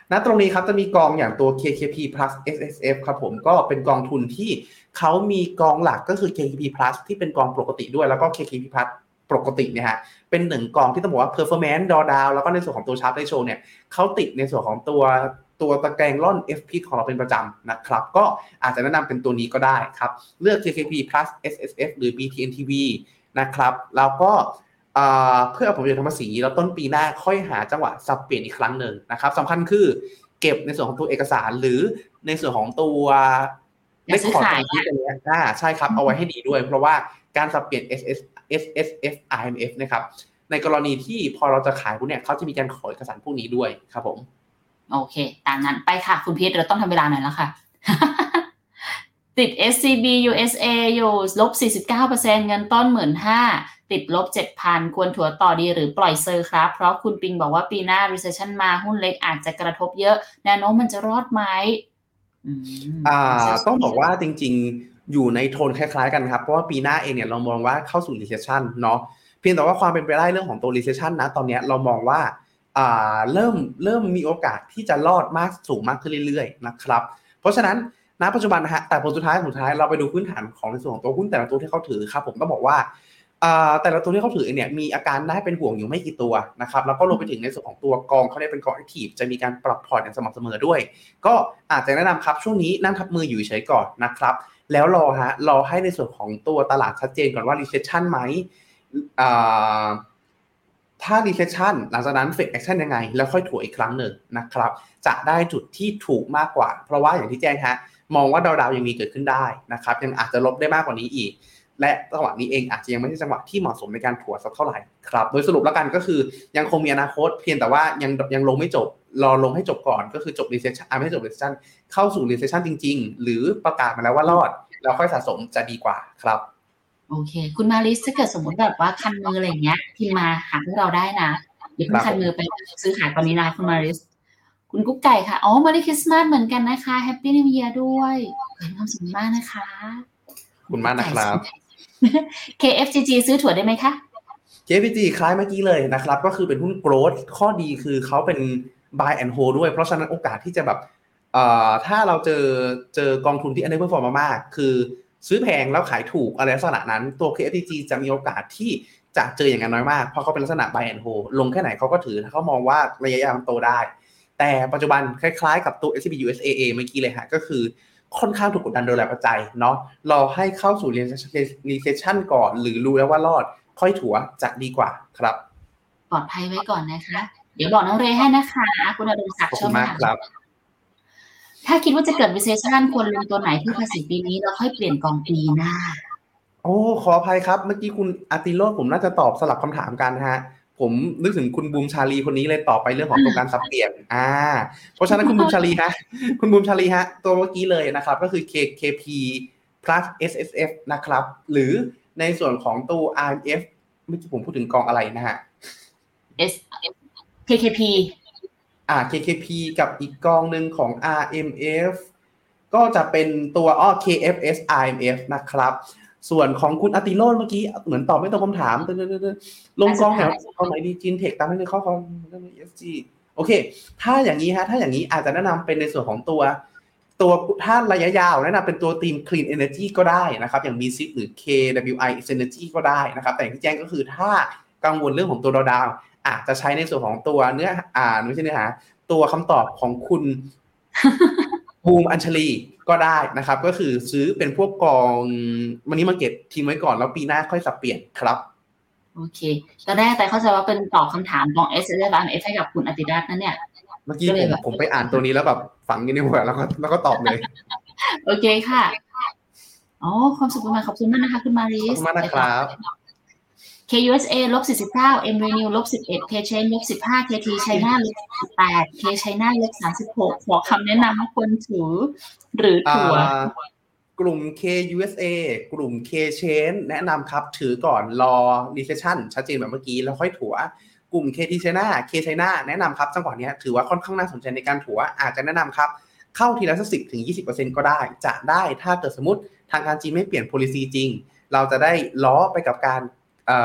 ณตรงนี้ครับจะมีกองอย่างตัว เค เค พี plus เอส เอส เอฟ ครับผมก็เป็นกองทุนที่เขามีกองหลักก็คือ เค เค พี plus ที่เป็นกองปกติด้วยแล้วก็ เค เค พี plus ปกติเนี่ยฮะเป็นหนึ่งกองที่ต้องบอกว่า performance drawdown แล้วก็ในส่วนของตัว sharp ratio เนี่ยเขาติดในส่วนของตัวตัวตะแกรงล่อน เอฟ พี ของเราเป็นประจำนะครับก็อาจจะแนะนำเป็นตัวนี้ก็ได้ครับเลือก เค เค พี plus เอส เอส เอฟ หรือ บี ที เอ็น ที วี นะครับแล้วก็เพื่อเอาผลประโยชน์ทางภาษีแล้วต้นปีหน้าค่อยหาจังหวะสับเปลี่ยนอีกครั้งหนึ่งนะครับสำคัญคือเก็บในส่วนของตัวเอกสารหรือในส่วนของตัวไม่ขอที่ตรงนี้อ่าใช่ครับเอาไว้ให้ดีด้วยเพราะว่าการสับเปลี่ยน เอส เอส เอส เอส เอฟ อาร์ เอ็ม เอฟ นะครับในกรณีที่พอเราจะขายพวกเนี่ยเขาจะมีการขอเอกสารพวกนี้ด้วยครับผมโอเคตามนั้นไปค่ะคุณพีทเราต้องทำเวลาหน่อยแล้วค่ะ ติด เอส ซี บี ยู เอส เอ อยู่ ลบ สี่สิบเก้าเปอร์เซ็นต์ เงินต้น หนึ่งหมื่นห้าพัน ติดลบ เจ็ดพัน ควรถัวต่อดีหรือปล่อยเซอร์ครับเพราะคุณปิงบอกว่าปีหน้า recession มาหุ้นเล็กอาจจะกระทบเยอะแนวโน้มมันจะรอดไหมอ่าต้องบอกว่าจริงๆอยู่ในโทนคล้ายๆกันครับเพราะว่าปีหน้าเองเนี่ยเรามองว่าเข้าสู่ recession เนาะเพียงแต่ว่าความเป็นไปได้เรื่องของตัว recession นะตอนนี้เรามองว่าอ่าเริ่มเริ่มมีโอกาสที่จะรอดมากสูงมากขึ้นเรื่อยๆนะครับเพราะฉะนั้นณปัจจุบันนะฮะแต่ผลสุดท้ายสุดท้ายเราไปดูพื้นฐานของในส่วนของตัวหุ้นแต่ละตัวที่เขาถือครับผมต้องบอกว่าแต่ละตัวที่เขาถือเนี่ยมีอาการน่าเป็นห่วงอยู่ไม่กี่ตัวนะครับแล้วก็รวมไปถึงในส่วนของตัวกองเขาได้เป็นกองแอคทีฟจะมีการปรับพอร์ตอย่างสม่ำเสมอด้วยก็อาจจะแนะนำครับช่วงนี้นั่งทับมืออยู่เฉยก่อนนะครับแล้วรอฮะรอให้ในส่วนของตัวตลาดชัดเจนก่อนว่า recession ไหมถ้า recession หลังจากนั้น Fed action ยังไงแล้วค่อยถัวอีกครั้งหนึ่งนะครับจะได้จุดที่ถูกมากกว่าเพราะว่าอย่างที่แจ้งฮะมองว่าดาวๆยังมีเกิดขึ้นได้นะครับยังอาจจะลบได้มากกว่านี้อีกและจังหวะนี้เองอาจจะยังไม่ใช่จังหวะที่เหมาะสมในการถัวสักเท่าไหร่ครับโดยสรุปแล้วกันก็คือยังคงมีอนาคตเพียงแต่ว่ายังยังลงไม่จบรอลงให้จบก่อนก็คือจบ recession อ่ะไม่ใช่จบ recession เข้าสู่ recession จริงๆหรือประกาศมาแล้วว่ารอดแล้วค่อยสะสมจะดีกว่าครับโอเคคุณมาริสถ้าเกิดสมมติแบบว่าคันมืออะไรอย่างเงี้ยพิมพ์มาหาพวกเราได้นะอย่าเพิ่งคันมือไปซื้อขายตอนนี้นะคุณมาริสคุณกุ๊กไก่ค่ะอ๋อ Merry Christmas เหมือนกันนะคะ Happy New Year ด้วยขอบคุณความสุขมากนะคะคุณมากนะครับเค เอฟ จี จี ซื้อถั่วได้ไหมคะเค เอฟ จี จี คล้ายเมื่อกี้เลยนะครับก็คือเป็นหุ้นโกรทข้อดีคือเขาเป็น buy and hold ด้วยเพราะฉะนั้นโอกาสที่จะแบบเอ่อถ้าเราเจอเจอกองทุนที่ underperform มากๆคือซื้อแพงแล้วขายถูกอะไรลักษณะนั้นตัว เค เอฟ จี จี จะมีโอกาสที่จะเจออย่างนั้นน้อยมากเพราะเขาเป็นลักษณะ buy and hold ลงแค่ไหนเขาก็ถือถ้าเขามองว่าระยะยาวมันโตได้แต่ปัจจุบันคล้ายๆกับตัว เอส ซี บี ยู เอส เอ เอ เมื่อกี้เลยฮะก็คือค่อนข้างถูกกดดันโดยหลายปัจจัยเนาะรอให้เข้าสู่ recession ก่อนหรือรู้แล้วว่ารอดค่อยถัวจะดีกว่าครับปลอดภัยไว้ก่อนนะคะเดี๋ยวบอกน้องเรย์ให้นะคะคุณอดุลศักดิ์ชอบมากครับถ้าคิดว่าจะเกิด recession ควรลงตัวไหนเพื่อภาษีปีนี้แล้วค่อยเปลี่ยนกองปีหน้าโอ้ขออภัยครับเมื่อกี้คุณอาติโรจน์ผมน่าจะตอบสลับคำถามกันฮะผมนึกถึงคุณบูมชาลีคนนี้เลยตอบไปเรื่องของตัวการสับเปลี่ยนอ่าเพราะฉะนั้นคุณบูมชาลีฮะคุณบูมชาลีฮะตัวเมื่อกี้เลยนะครับก็คือ เค เค พี plus เอส เอส เอฟ นะครับหรือในส่วนของตัว อาร์ เอ็ม เอฟ เมื่อกี้ผมพูดถึงกองอะไรนะฮะ S เค เค พีอ่า เค เค พี กับอีกกองนึงของ อาร์ เอ็ม เอฟ ก็จะเป็นตัวอ้อ เค เอฟ เอส อาร์ เอ็ม เอฟ นะครับส่วนของคุณอาติโรจน์เมื่อกี้เหมือนตอบไม่ตรงคำถามลงกองไหนกองไหนดีจีนเทคตามให้เข้าคอม เอส จี โอเคถ้าอย่างนี้ฮะถ้าอย่างนี้อาจจะแนะนำเป็นในส่วนของตัวตัวถ้าระยะยาวแนะนำเป็นตัวทีม Clean Energy ก็ได้นะครับอย่าง บี ซิ หรือ เค ดับเบิลยู ไอ Energy ก็ได้นะครับแต่อย่างที่แจ้งก็คือถ้ากังวลเรื่องของตัวดาวอาจจะใช้ในส่วนของตัวเนื้ออ่าไม่ใช่เนื้อหาตัวคำตอบของคุณบูมอัญชลีก็ได้นะครับก็คือซื้อเป็นพวกกองวันนี้มาเก็บทิ้งไว้ก่อนแล้วปีหน้าค่อยสับเปลี่ยนครับโอเคตอนแรกแต่เข้าใจว่าเป็นตอบคำถามของ เอส เอฟ อาร์ เอ็ม เอฟ ให้กับคุณอติรัตน์นั่นเนี่ยเมื่อกี้ผมผมไปอ่านตัวนี้แล้วแบบฝังอยู่ในหัวแล้วก็แล้วก็ตอบเลยโอเคค่ะอ๋อความสุขมากขอบคุณมากนะคะคุณมาริสขอบคุณมากนะครับเค ยู เอส เอ ลบสี่สิบเก้า M Renew ลบสิบเอ็ด K Chain ลบสิบห้า เค ที China ลบสิบแปด K China ลบสามสิบหกขอคำแนะนำให้คนถือหรือถัวกลุ่ม K ยู เอส เอ กลุ่ม K Chain แนะนำครับถือก่อนรอ recession ชัดเจนแบบเมื่อกี้แล้วค่อยถัวกลุ่ม เค ที China K China แนะนำครับจังหวะนี้ถือว่าค่อนข้างน่าสนใจในการถัวอาจจะแนะนำครับเข้าทีละสัก สิบถึงยี่สิบเปอร์เซ็นต์ ก็ได้จะได้ถ้าเกิดสมมุติทางการจีนไม่เปลี่ยน policy จริงเราจะได้ล้อไปกับการ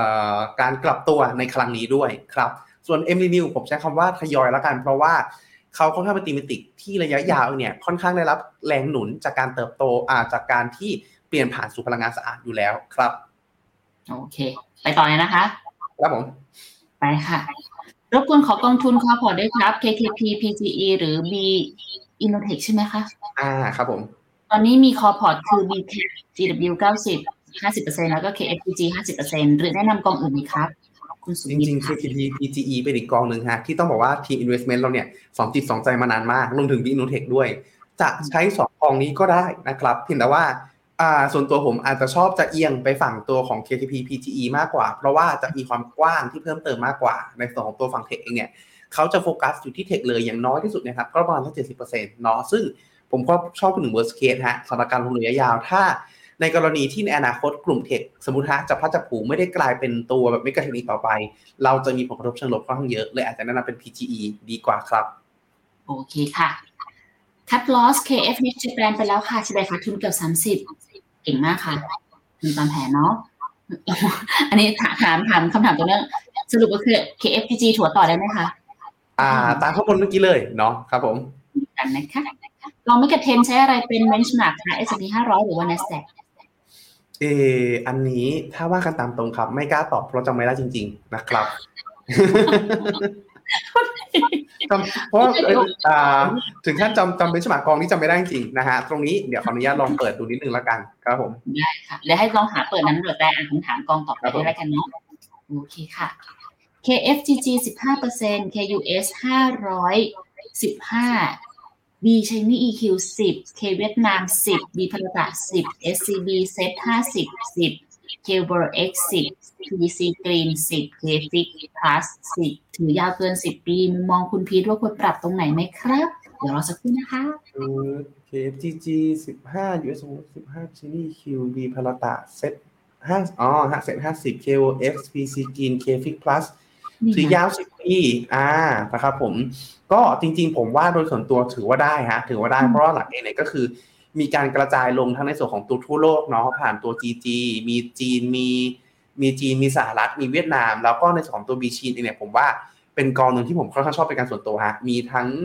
การกลับตัวในครั้งนี้ด้วยครับส่วน M Renew ผมใช้คำว่าทยอยแล้วกันเพราะว่าเขาค่อนข้างเป็นธีมติกที่ระยะยาวเนี่ยค่อนข้างได้รับแรงหนุนจากการเติบโตอ่าจากการที่เปลี่ยนผ่านสู่พลังงานสะอาดอยู่แล้วครับโอเคไปต่อเลยนะคะครับผมไปค่ะรบกวนขอกองทุนคอพอร์ตด้วยครับ เค เค พี พี จี อี หรือ B Innotech ใช่ไหมคะอ่าครับผมตอนนี้มีคอพอร์ตคือ บี เค จี ดับเบิลยู เก้าสิบ ห้าสิบเปอร์เซ็นต์ แล้วก็ เค เอฟ พี จี ห้าสิบเปอร์เซ็นต์ หรือแนะนำกองอื่นไหมครับคุณสุวิทย์จริงๆ เค เค พี พี จี อี เป็นอีกกองนึงฮะที่ต้องบอกว่าทีม investment เราเนี่ยสองจิตสองใจมานานมากรวมถึง B Innotech ด้วยจะใช้สองกองนี้ก็ได้นะครับเพียงแต่ว่าอ่าส่วนตัวผมอาจจะชอบจะเอียงไปฝั่งตัวของ เค เค พี พี จี อี มากกว่าเพราะว่าจะมีความกว้างที่เพิ่มเติมมากกว่าในส่วนของตัวฝั่งเทคเองเนี่ยเขาจะโฟกัสอยู่ที่เทคเลยอย่างน้อยที่สุดนะครับก็ประมาณสัก เจ็ดสิบเปอร์เซ็นต์ เนาะซึ่งผมก็ชอบพูดถึง worst case ฮะสำหรับการลงทุนระยะยาวถ้าในกรณีที่ในอนาคตกลุ่มเทคสมมุติฮะจะพัดจะผูไม่ได้กลายเป็นตัวแบบเมกะเทคนิคต่อไปเราจะมีผลกระทบเชิงลบค่อนข้างเยอะเลยอาจจะแนะนำเป็น พี จี อี ดีกว่าครับโอเคค่ะ Cut Loss เค เอฟ Net Japan ไปแล้วค่ะแสดงขาดทุนเกือบสามสิบเก่งมากค่ะมีตามแผนเนาะอันนี้ถามถามถามคำถามตัวเรื่องสรุปก็คือ เค เอฟ พี จี ถัวต่อได้ไหมคะอ่าตามข้อมูลเมื่อกี้เลยเนาะครับผมกันนะคะลองไม่กระเทนใช้อะไรเป็น benchmark ค่ะ เอส แอนด์ พี ห้าร้อยหรือว่า Nasdaq เอออันนี้ถ้าว่ากันตามตรงครับไม่กล้าตอบเพราะจำไม่ได้จริงๆนะครับเพราะอ่าถึงขั้นจำจำเป็นฉบับกองนี้จำไม่ได้จริงๆนะฮะตรงนี้เดี๋ยวขออนุญาตลองเปิดดูนิดนึงแล้วกันครับผมได้ค่ะเดี๋ยวให้ลองหาเปิดนั้นเปิดแต่อ่านคำถามกองต่อไปได้แล้วกันเนาะโอเคค่ะ เค เอฟ จี จี สิบห้าเปอร์เซ็นต์ เค ยู เอส ห้าร้อยสิบห้า B Chinese อี คิว สิบ K เวียดนามสิบ B พลตะสิบ เอส ซี บี เซ็ตห้าสิบ สิบ K World X สิบ พี ซี Green สิบ K Fix Plus สิบถือยาวเกินสิบปีมุมมองคุณพีทว่าควรปรับตรงไหนไหมครับเดี๋ยวรอสักครู่นะคะเค เอฟ จี จี สิบห้า ยู เอส สิบห้า Chinese คิว B พลตะเซ็ตห้าอ๋อเซ็ตห้าสิบ K World X พี ซี Green K Fix Plusถือยาวสิบปีอ่านะครับผมก็จริงๆผมว่าโดยส่วนตัวถือว่าได้ฮะถือว่าได้เพราะว่าหลักเองเนี่ยก็คือมีการกระจายลงทั้งในส่วนของตัวทั่วโลกเนาะผ่านตัว จี จี มีจีนมีมีจีนมีสหรัฐมีเวียดนามแล้วก็ในส่วนของตัว B ชีนเองเนี่ยผมว่าเป็นกองนึงที่ผมค่อนข้างชอบเป็นการส่วนตัวฮะมีทั้ง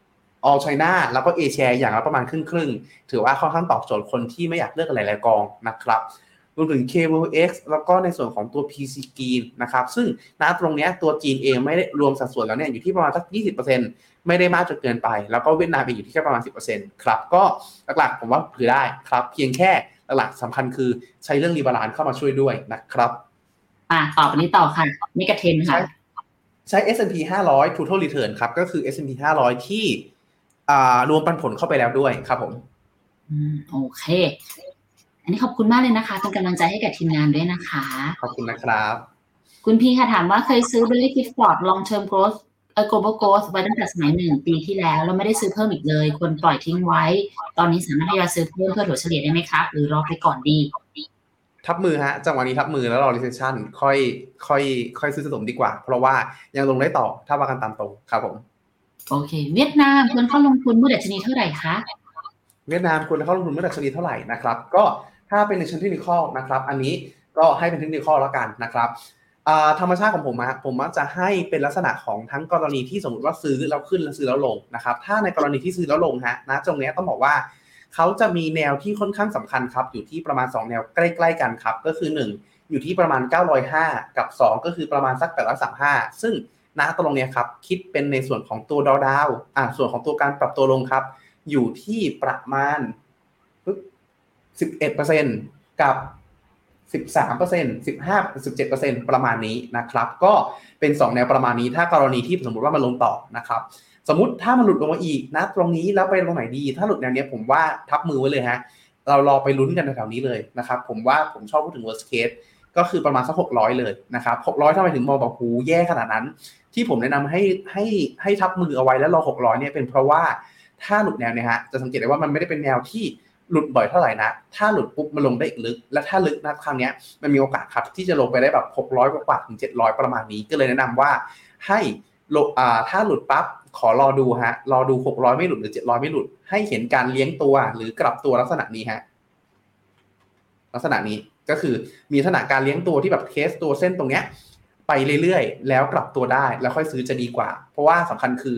All China แล้วก็ A Share อย่างละประมาณครึ่งๆถือว่าค่อนข้างตอบโจทย์คนที่ไม่อยากเลือกหลายๆกองนะครับรวมถึง เค วี เอ็กซ์ แล้วก็ในส่วนของตัว พี ซี Green นะครับซึ่งณตรงนี้ตัวจีนเองไม่ได้รวมสัดส่วนแล้วเนี่ยอยู่ที่ประมาณสัก ยี่สิบเปอร์เซ็นต์ ไม่ได้มากจนเกินไปแล้วก็เวียดนามเองอยู่ที่แค่ประมาณ สิบเปอร์เซ็นต์ ครับก็หลักๆผมว่าถือได้ครับเพียงแค่หลักๆสำคัญคือใช้เรื่องรีบาลานซ์เข้ามาช่วยด้วยนะครับอ่ะต่อไปนี้ต่อค่ะมิกาเทนค่ะใช้ เอส แอนด์ พี ห้าร้อย Total Return ครับก็คือ เอส แอนด์ พี ห้าร้อยที่อ่ารวมปันผลเข้าไปแล้วด้วยครับผมอืมโอเคอันนี้ขอบคุณมากเลยนะคะเป็นกำลังใจให้กับทีมงานด้วยนะคะขอบคุณนะครับคุณพี่ค่ะถามว่าเคยซื้อ Belly Gifford Long Term Growth เอ่อ Global Growth ไว้ตั้งแต่สมัยหนึ่งปีที่แล้วแล้วไม่ได้ซื้อเพิ่มอีกเลยควรปล่อยทิ้งไว้ตอนนี้สามารถทยอยซื้อเพิ่มเพื่อถัวเฉลี่ยได้ไหมครับหรือรอไปก่อนดีทับมือฮะจังหวะนี้ทับมือแล้วรอ recession ค่อยค่อยค่อยซื้อสะสมดีกว่าเพราะว่ายังลงได้ต่อถ้าว่ากันตามตรงครับผมโอเคเวียดนามควรเข้าลงทุนเมื่อดัชนีเท่าไหร่คะเวียดนามควรเข้าลงทุนเมื่อดัชนีเท่าไหร่นะครับก็ถ้าเป็นในเชิงเทคนิคอลนะครับอันนี้ก็ให้เป็นเทคนิคอลแล้วกันนะครับธรรมชาติของผมอะผมมักจะให้เป็นลักษณะของทั้งกรณีที่สมมติว่าซื้อแล้วขึ้นแล้วซื้อแล้วลงนะครับถ้าในกรณีที่ซื้อแล้วลงฮะนะตรงนี้ต้องบอกว่าเขาจะมีแนวที่ค่อนข้างสำคัญครับอยู่ที่ประมาณสองแนวใกล้ๆกันครับก็คือหนึ่งอยู่ที่ประมาณเก้าร้อยห้ากับสองก็คือประมาณสักแปดร้อยสามสิบห้าซึ่งณตรงนี้ครับคิดเป็นในส่วนของตัวดาวดาวอ่ะส่วนของตัวการปรับตัวลงครับอยู่ที่ประมาณปึ๊บ สิบเอ็ดเปอร์เซ็นต์ กับ สิบสามเปอร์เซ็นต์ สิบห้า สิบเจ็ดเปอร์เซ็นต์ ประมาณนี้นะครับก็เป็นสองแนวประมาณนี้ถ้ากรณีที่สมมุติว่ามันลงต่อนะครับสมมุติถ้ามันหลุดลงมาอีกนะตรงนี้แล้วไปตรงไหนดีถ้าหลุดแนวนี้ผมว่าทับมือไว้เลยฮะเรารอไปลุ้นกันแถวๆนี้เลยนะครับผมว่าผมชอบพูดถึง worst case ก็คือประมาณสักหกร้อยเลยนะครับหกร้อยทำไมถึงมองแบบหูแย่ขนาดนั้นที่ผมแนะนำให้ให้ให้ทับมือเอาไว้แล้วรอหกร้อยเนี่ยเป็นเพราะว่าถ้าหลุดแนวเนี่ยฮะจะสังเกตได้ว่ามันไม่ได้เป็นแนวที่หลุดบ่อยเท่าไหร่นะถ้าหลุดปุ๊บมันลงได้อีกลึกและถ้าลึกนะครั้งนี้มันมีโอกาสครับที่จะลงไปได้แบบหกร้อยกว่าถึงเจ็ดร้อยประมาณนี้ก็เลยแนะนำว่าให้ลงอ่าถ้าหลุดปั๊บขอรอดูฮะรอดูหกร้อยไม่หลุดหรือเจ็ดร้อยไม่หลุดให้เห็นการเลี้ยงตัวหรือกลับตัวลักษณะนี้ฮะลักษณะนี้ก็คือมีลักษณะการเลี้ยงตัวที่แบบเทสตัวเส้นตรงเนี้ยไปเรื่อยๆแล้วกลับตัวได้แล้วค่อยซื้อจะดีกว่าเพราะว่าสำคัญคือ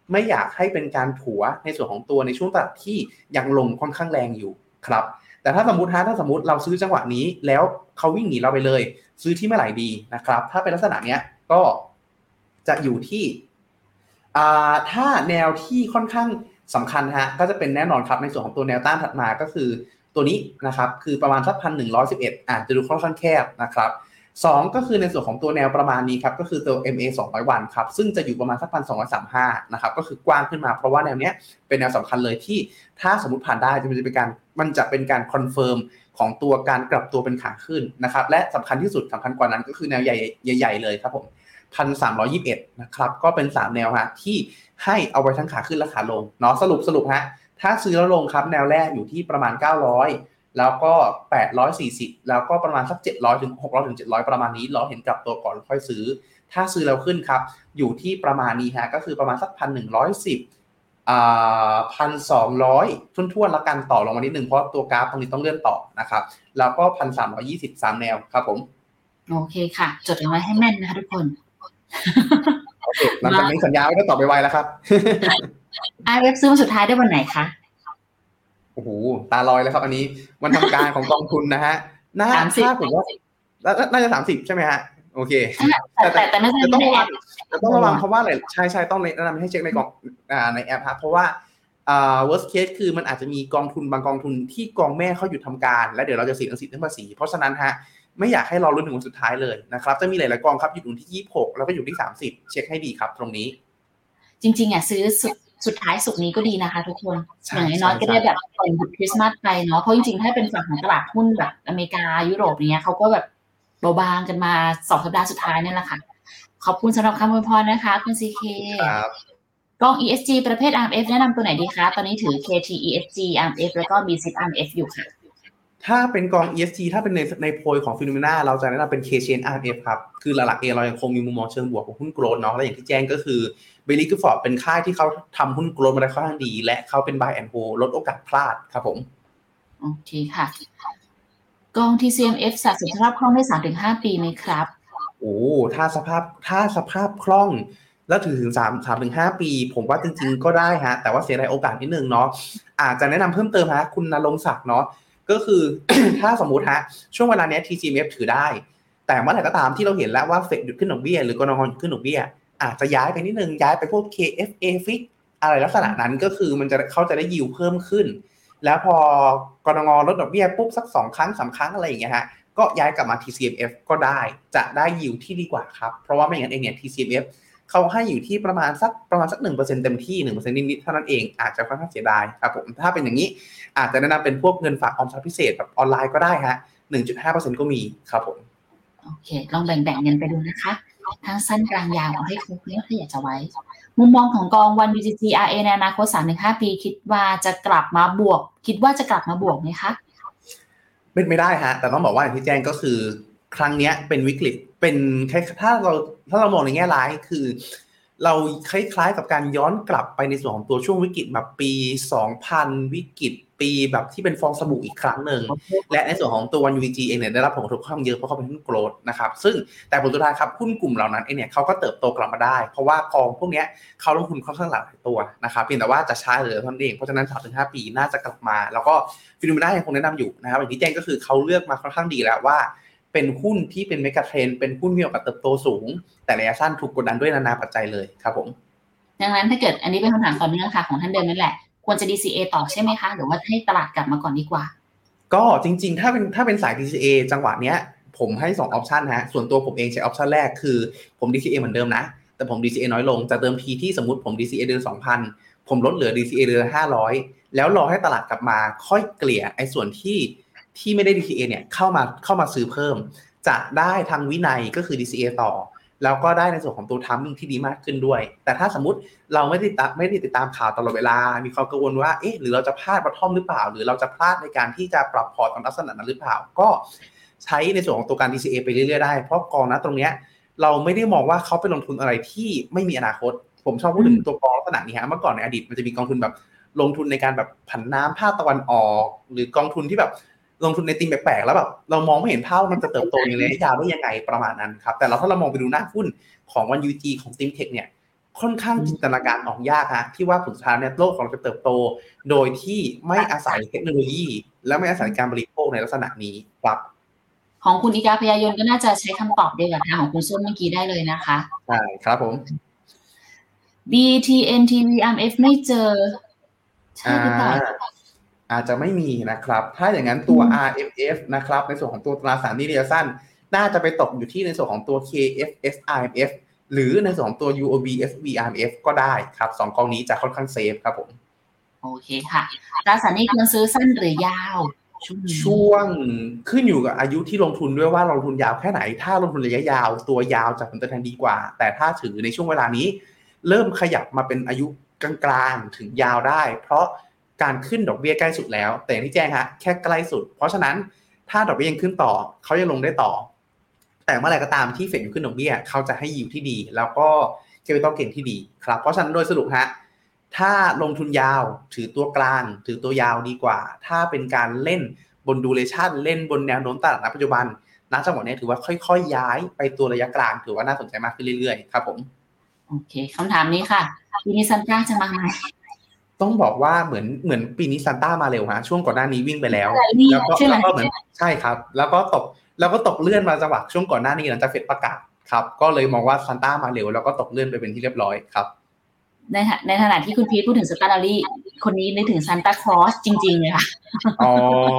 ไม่อยากให้เป็นการถัวในส่วนของตัวในช่วงตลาดที่ยังลงค่อนข้างแรงอยู่ครับแต่ถ้าสมมติฮะถ้าสมมติเราซื้อจังหวะนี้แล้วเขาวิ่งหนีเราไปเลยซื้อที่เมื่อไหร่ดีนะครับถ้าเป็นลักษณะเนี้ยก็จะอยู่ที่อ่าถ้าแนวที่ค่อนข้างสำคัญฮะก็จะเป็นแน่นอนครับในส่วนของตัวแนวต้านถัดมาก็คือตัวนี้นะครับคือประมาณสัก หนึ่งพันหนึ่งร้อยสิบเอ็ด อาจจะดูค่อนข้างแคบนะครับสองก็คือในส่วนของตัวแนวประมาณนี้ครับก็คือตัว เอ็ม เอ สองร้อย วันครับซึ่งจะอยู่ประมาณสัก หนึ่งพันสองร้อยสามสิบห้า นะครับก็คือกว้างขึ้นมาเพราะว่าแนวเนี้ยเป็นแนวสำคัญเลยที่ถ้าสมมุติผ่านได้จะเป็นการมันจะเป็นการคอนเฟิร์มของตัวการกลับตัวเป็นขาขึ้นนะครับและสำคัญที่สุดสำคัญกว่านั้นก็คือแนวใหญ่ใหญ่ๆเลยครับผม หนึ่งพันสามร้อยยี่สิบเอ็ด นะครับก็เป็นสามแนวฮะที่ให้เอาไว้ทั้งขาขึ้นและขาลงเนาะสรุปสรุปฮะถ้าซื้อแล้วลงครับแนวแรกอยู่ที่ประมาณเก้าร้อยแล้วก็แปดร้อยสี่สิบแล้วก็ประมาณสักเจ็ดร้อยถึงหกร้อยถึงเจ็ดร้อยประมาณนี้รอเห็นกลับตัวก่อนค่อยซื้อถ้าซื้อแล้วขึ้นครับอยู่ที่ประมาณนี้ฮะก็คือประมาณสัก หนึ่งพันหนึ่งร้อยสิบ อ่า หนึ่งพันสองร้อย ทุ่นๆแล้วกันต่อลงมานิดนึงเพราะตัวกราฟตรงนี้ต้องเลื่อนต่อนะครับแล้วก็ หนึ่งพันสามร้อยยี่สิบ สามแนวครับผมโอเคค่ะจดเอาไว้ให้แม่นนะคะทุกคนโอเคหลังจากนี้สัญญาไว้ก็ตอบไปไวแล้วครับอาร์ เอฟ ซื้อวันสุดท้ายได้วันไหนคะโอ้โหตาลอยแล้วครับอันนี้วันทำการของกองทุนนะฮะน่าถ้าผมว่าน่าจะสามสิบใช่ไหมฮะโอเคแต่แต่แต่ไม่ใช่ต้องระวังต้องระวังเพราะว่าอะไรใช่ใช่ต้องแนะนำให้เช็คในกองอ่าในแอปครับเพราะว่าอ่า worst case คือมันอาจจะมีกองทุนบางกองทุนที่กองแม่เขาหยุดทำการและเดี๋ยวเราจะเสียสิทธิ์ภาษีเพราะฉะนั้นฮะไม่อยากให้รอลุ้นถึงวันสุดท้ายเลยนะครับจะมีหลายๆกองครับอยู่ที่ยี่สิบหกแล้วก็อยู่ที่สามสิบเช็คให้ดีครับตรงนี้จริงๆอ่ะซื้อสุดสุดท้ายสุดนี้ก็ดีนะคะทุกคนอย่างน้อยๆก็ได้แบบก่อนหยุดคริสต์มาสไปเนาะเพราะจริงๆถ้าเป็นฝั่งของตลาดหุ้นแบบอเมริกายุโรปเนี้ยเขาก็แบบเบาบางกันมาสองสัปดาห์สุดท้ายนี่แหละค่ะขอบคุณสำหรับคำอวยพรนะคะคุณ ซี เคครับกอง อี เอส จี ประเภท อาร์ เอ็ม เอฟ แนะนำตัวไหนดีคะตอนนี้ถือ เค ที อี เอส จี อาร์ เอ็ม เอฟ แล้วก็ บี ซี อาร์ เอ็ม เอฟ อยู่ค่ะถ้าเป็นกอง อี เอส จี ถ้าเป็นในในโพยของ Phenomena เราจะแนะนำเป็น K-Chain อาร์ เอ็ม เอฟ ครับคือหลักๆเองเรายังคงมีมุมมองเชิงบวกของหุ้นโกลด์เนาะและอย่างที่แจ้งก็คือเบลลี่กูฟอร์ดเป็นค่ายที่เขาทำหุ้นโกลด์มาได้ค่อนข้างดีและเขาเป็น buy and hold ลดโอกาสพลาดครับผมโอเคค่ะกอง ที ซี เอ็ม เอฟ สะสมสภาพคล่องได้ สามถึงห้า ปีไหมครับโอ้ถ้าสภาพถ้าสภาพคล่องแล้วถือถึงสาม สามถึงห้าปีผมว่าจริงๆก็ได้ฮะแต่ว่าเสียดายโอกาสนิดนึงเนาะอาจจะแนะนำเพิ่มเติมฮะคุณณรงค์ศักดิ์เนาะก็คือ ถ้าสมมุติฮะช่วงเวลานี้ ที ซี เอ็ม เอฟ ถือได้แต่เมื่อไหร่ก็ตามที่เราเห็นแล้วว่าเฟดหยุดขึ้นดอกเบี้ยหรือกนงหยุดขึ้นดอกเบี้ยอาจจะย้ายไปนิดนึงย้ายไปพวก เค เอฟ เอ Fix อะไรลักษณะนั้นก็คือมันจะเขาจะได้ยิวเพิ่มขึ้นแล้วพอกนงลดดอกเบี้ยปุ๊บสักสองครั้งสามครั้งอะไรอย่างเงี้ยฮะก็ย้ายกลับมา ที ซี เอ็ม เอฟ ก็ได้จะได้ยิวที่ดีกว่าครับเพราะว่าไม่อย่างนั้นเองเนี่ย ที ซี เอ็ม เอฟ เขาให้อยู่ที่ประมาณสักประมาณสัก หนึ่งเปอร์เซ็นต์ เต็มที่ หนึ่งเปอร์เซ็นต์ นิดๆเท่านั้นเองอาจจะค่อนข้างเสียดายครับผมถ้าเป็นอย่างนี้อาจจะแนะนำเป็นพวกเงินฝากออมทรัพย์พิเศษแบบออนไลน์ก็ได้ฮะ หนึ่งจุดห้าเปอร์เซ็นต์ ก็มีครับผมโอเคลองแบ่งๆเงินไปดูนะคะทั้งสั้นกลางยาวเอาให้ครบเนี่ยถ้าอยากจะไว้มุมมองของกอง วัน บี จี ซี อาร์ เอ ในอนาคต สามถึงห้า ปีคิดว่าจะกลับมาบวกคิดว่าจะกลับมาบวกไหมคะเป็นไม่ได้ฮะแต่ต้องบอกว่าอย่างที่แจ้งก็คือครั้งนี้เป็นวิกฤตเป็นถ้าเราถ้าเรามองในแง่ร้ายคือเราคล้ายๆกับการย้อนกลับไปในส่วนของตัวช่วงวิกฤตแบบปีสองพันวิกฤตปีแบบที่เป็นฟองสบู่อีกครั้งหนึ่งและในส่วนของตัว วัน ยู วี จี เองเนี่ยได้รับผลกระทบค่อนข้างเยอะเพราะเขาเป็นหุ้นโกลด์นะครับซึ่งแต่ผลสุดท้ายครับหุ้นกลุ่มเหล่านั้นเองเนี่ยเขาก็เติบโตกลับมาได้เพราะว่ากองพวกนี้เขาลงทุนค่อนข้างหลายตัวนะครับเพียงแต่ว่าจะช้าหรือเท่านั้นเองเพราะฉะนั้น สามถึงห้า ปีน่าจะกลับมาแล้วก็ฟิโนเมนายังคงแนะนำอยู่นะครับอย่างที่แจ้งก็คือเขาเลือกมาค่อนข้างดีแล้วว่าเป็นหุ้นที่เป็นเมกะเทรนด์เป็นหุ้นมีโอกาสเติบโตสูงแต่ระยะสั้นถูกกดดันด้วยนานาปัจจัยเลยครับผมดังนั้นถ้าเกิดอันนี้เป็นคำถามต่อเนื่องค่ะของท่านเดิมนั่นแหละควรจะ ดี ซี เอ ต่อใช่ไหมคะหรือว่าให้ตลาดกลับมาก่อนดีกว่าก็จริงๆถ้าเป็นถ้าเป็นสาย ดี ซี เอ จังหวะเนี้ยผมให้สองออปชันฮะส่วนตัวผมเองใช้ออปชันแรกคือผม ดี ซี เอ เหมือนเดิมนะแต่ผม ดี ซี เอ น้อยลงจากเดิมทีที่สมมุติผม ดี ซี เอ เดือน สองพัน ผมลดเหลือ ดี ซี เอ เดือนห้าร้อยแล้วรอให้ตลาดกลับมาค่อยเกลี่ยไอ้ส่วนที่ที่ไม่ได้ ดี ซี เอ เนี่ยเข้ามาเข้ามาซื้อเพิ่มจะได้ทางวินัยก็คือ ดี ซี เอ ต่อแล้วก็ได้ในส่วนของตัวทัมมิ่งที่ดีมากขึ้นด้วยแต่ถ้าสมมุติเราไม่ได้ติดตามไม่ได้ติดตามข่าวตลอดเวลามีความกังวลว่าเอ๊ะหรือเราจะพลาดบอททอมหรือเปล่าหรือเราจะพลาดในการที่จะปรับพอร์ตตามลักษณะนั้นหรือเปล่าก็ใช้ในส่วนของตัวการ ดี ซี เอ ไปเรื่อยๆได้เพราะกองนะตรงเนี้ยเราไม่ได้มองว่าเขาไปลงทุนอะไรที่ไม่มีอนาคตผมชอบพูดถึงตัวกองลักษณะนี้ฮะเมื่อก่อนในอดีตมันจะมีกองทุนแบบลงทุนในการแบบผันน้ำภาคตะวันออกหรือกองทุนที่แบบลงทุนในธีมแปลกๆแล้วแบบเรามองไม่เห็นภาพมันจะเติบโตในระยะยาวได้ยังไงประมาณนั้นครับแต่เราถ้าเรามองไปดูหน้าหุ้นของ วัน ยู จี ของ ทีม Tech เนี่ยค่อนข้างจินตนาการออกยากฮะที่ว่าผลสุดท้ายเนี่ยโลกของเราจะเติบโตโดยที่ไม่อาศัยเทคโนโลยีและไม่อาศัยการบริโภคในลักษณะนี้ครับของคุณอีกาพยายนก็น่าจะใช้คำตอบเดียวกับทางของคุณส้มเมื่อกี้ได้เลยนะคะใช่ครับผมบี ที เอ็น ที วี อาร์ เอ็ม เอฟ ไม่เจอใช่หรือเปล่าอาจจะไม่มีนะครับถ้าอย่างนั้นตัว อาร์ เอ็ม เอฟ นะครับในส่วนของตัวตราสารหนี้ระยะสั้นน่าจะไปตกอยู่ที่ในส่วนของตัว เค เอฟ เอส อาร์ เอ็ม เอฟ หรือในส่วนของตัว ยู โอ บี เอส วี อาร์ เอ็ม เอฟ ก็ได้ครับสองกองนี้จะค่อนข้างเซฟครับผมโอเคค่ะตราสารหนี้ควรซื้อสั้นหรือยาวช่วงขึ้นอยู่กับอายุที่ลงทุนด้วยว่าลงทุนยาวแค่ไหนถ้าลงทุนระยะยาวตัวยาวจะผลตอบแทนดีกว่าแต่ถ้าถือในช่วงเวลานี้เริ่มขยับมาเป็นอายุกลางๆถึงยาวได้เพราะการขึ้นดอกเบี้ยใกล้สุดแล้วแต่ที่แจ้งฮะแค่ใกล้สุดเพราะฉะนั้นถ้าดอกเบี้ยยังขึ้นต่อเขายังลงได้ต่อแต่เมื่อไหร่ก็ตามที่เฟดขึ้นดอกเบี้ยเขาจะให้ยิวที่ดีแล้วก็แคปิตอลเกนที่ดีครับเพราะฉะนั้นโดยสรุปฮะถ้าลงทุนยาวถือตัวกลางถือตัวยาวดีกว่าถ้าเป็นการเล่นบนดูเรชั่นเล่นบนแนวโน้มตลาดณปัจจุบันณจังหวะนี้ถือว่าค่อยๆย้ายไปตัวระยะกลางถือว่าน่าสนใจมากขึ้นเรื่อยๆครับผมโอเคคำถามนี้ค่ะปีนี้ซันต้าจะมาไหมต้องบอกว่าเหมือนเหมือนปีนี้ซันต้ามาเร็วฮะช่วงก่อนหน้านี้วิ่งไปแล้วแล้วก็แล้วก็เหมือนใช่ครับแล้วก็ตกแล้วก็ตกเลื่อนมาจังหวะช่วงก่อนหน้านี้หลังจากเฟดประกาศครับก็เลยมองว่าซันต้ามาเร็วแล้วก็ตกเลื่อนไปเป็นที่เรียบร้อยครับในในขณะที่คุณพีทพูดถึงสตาร์ลารี่คนนี้นึกถึงซานตาคลอสจริงๆเลยค่ะอ๋อ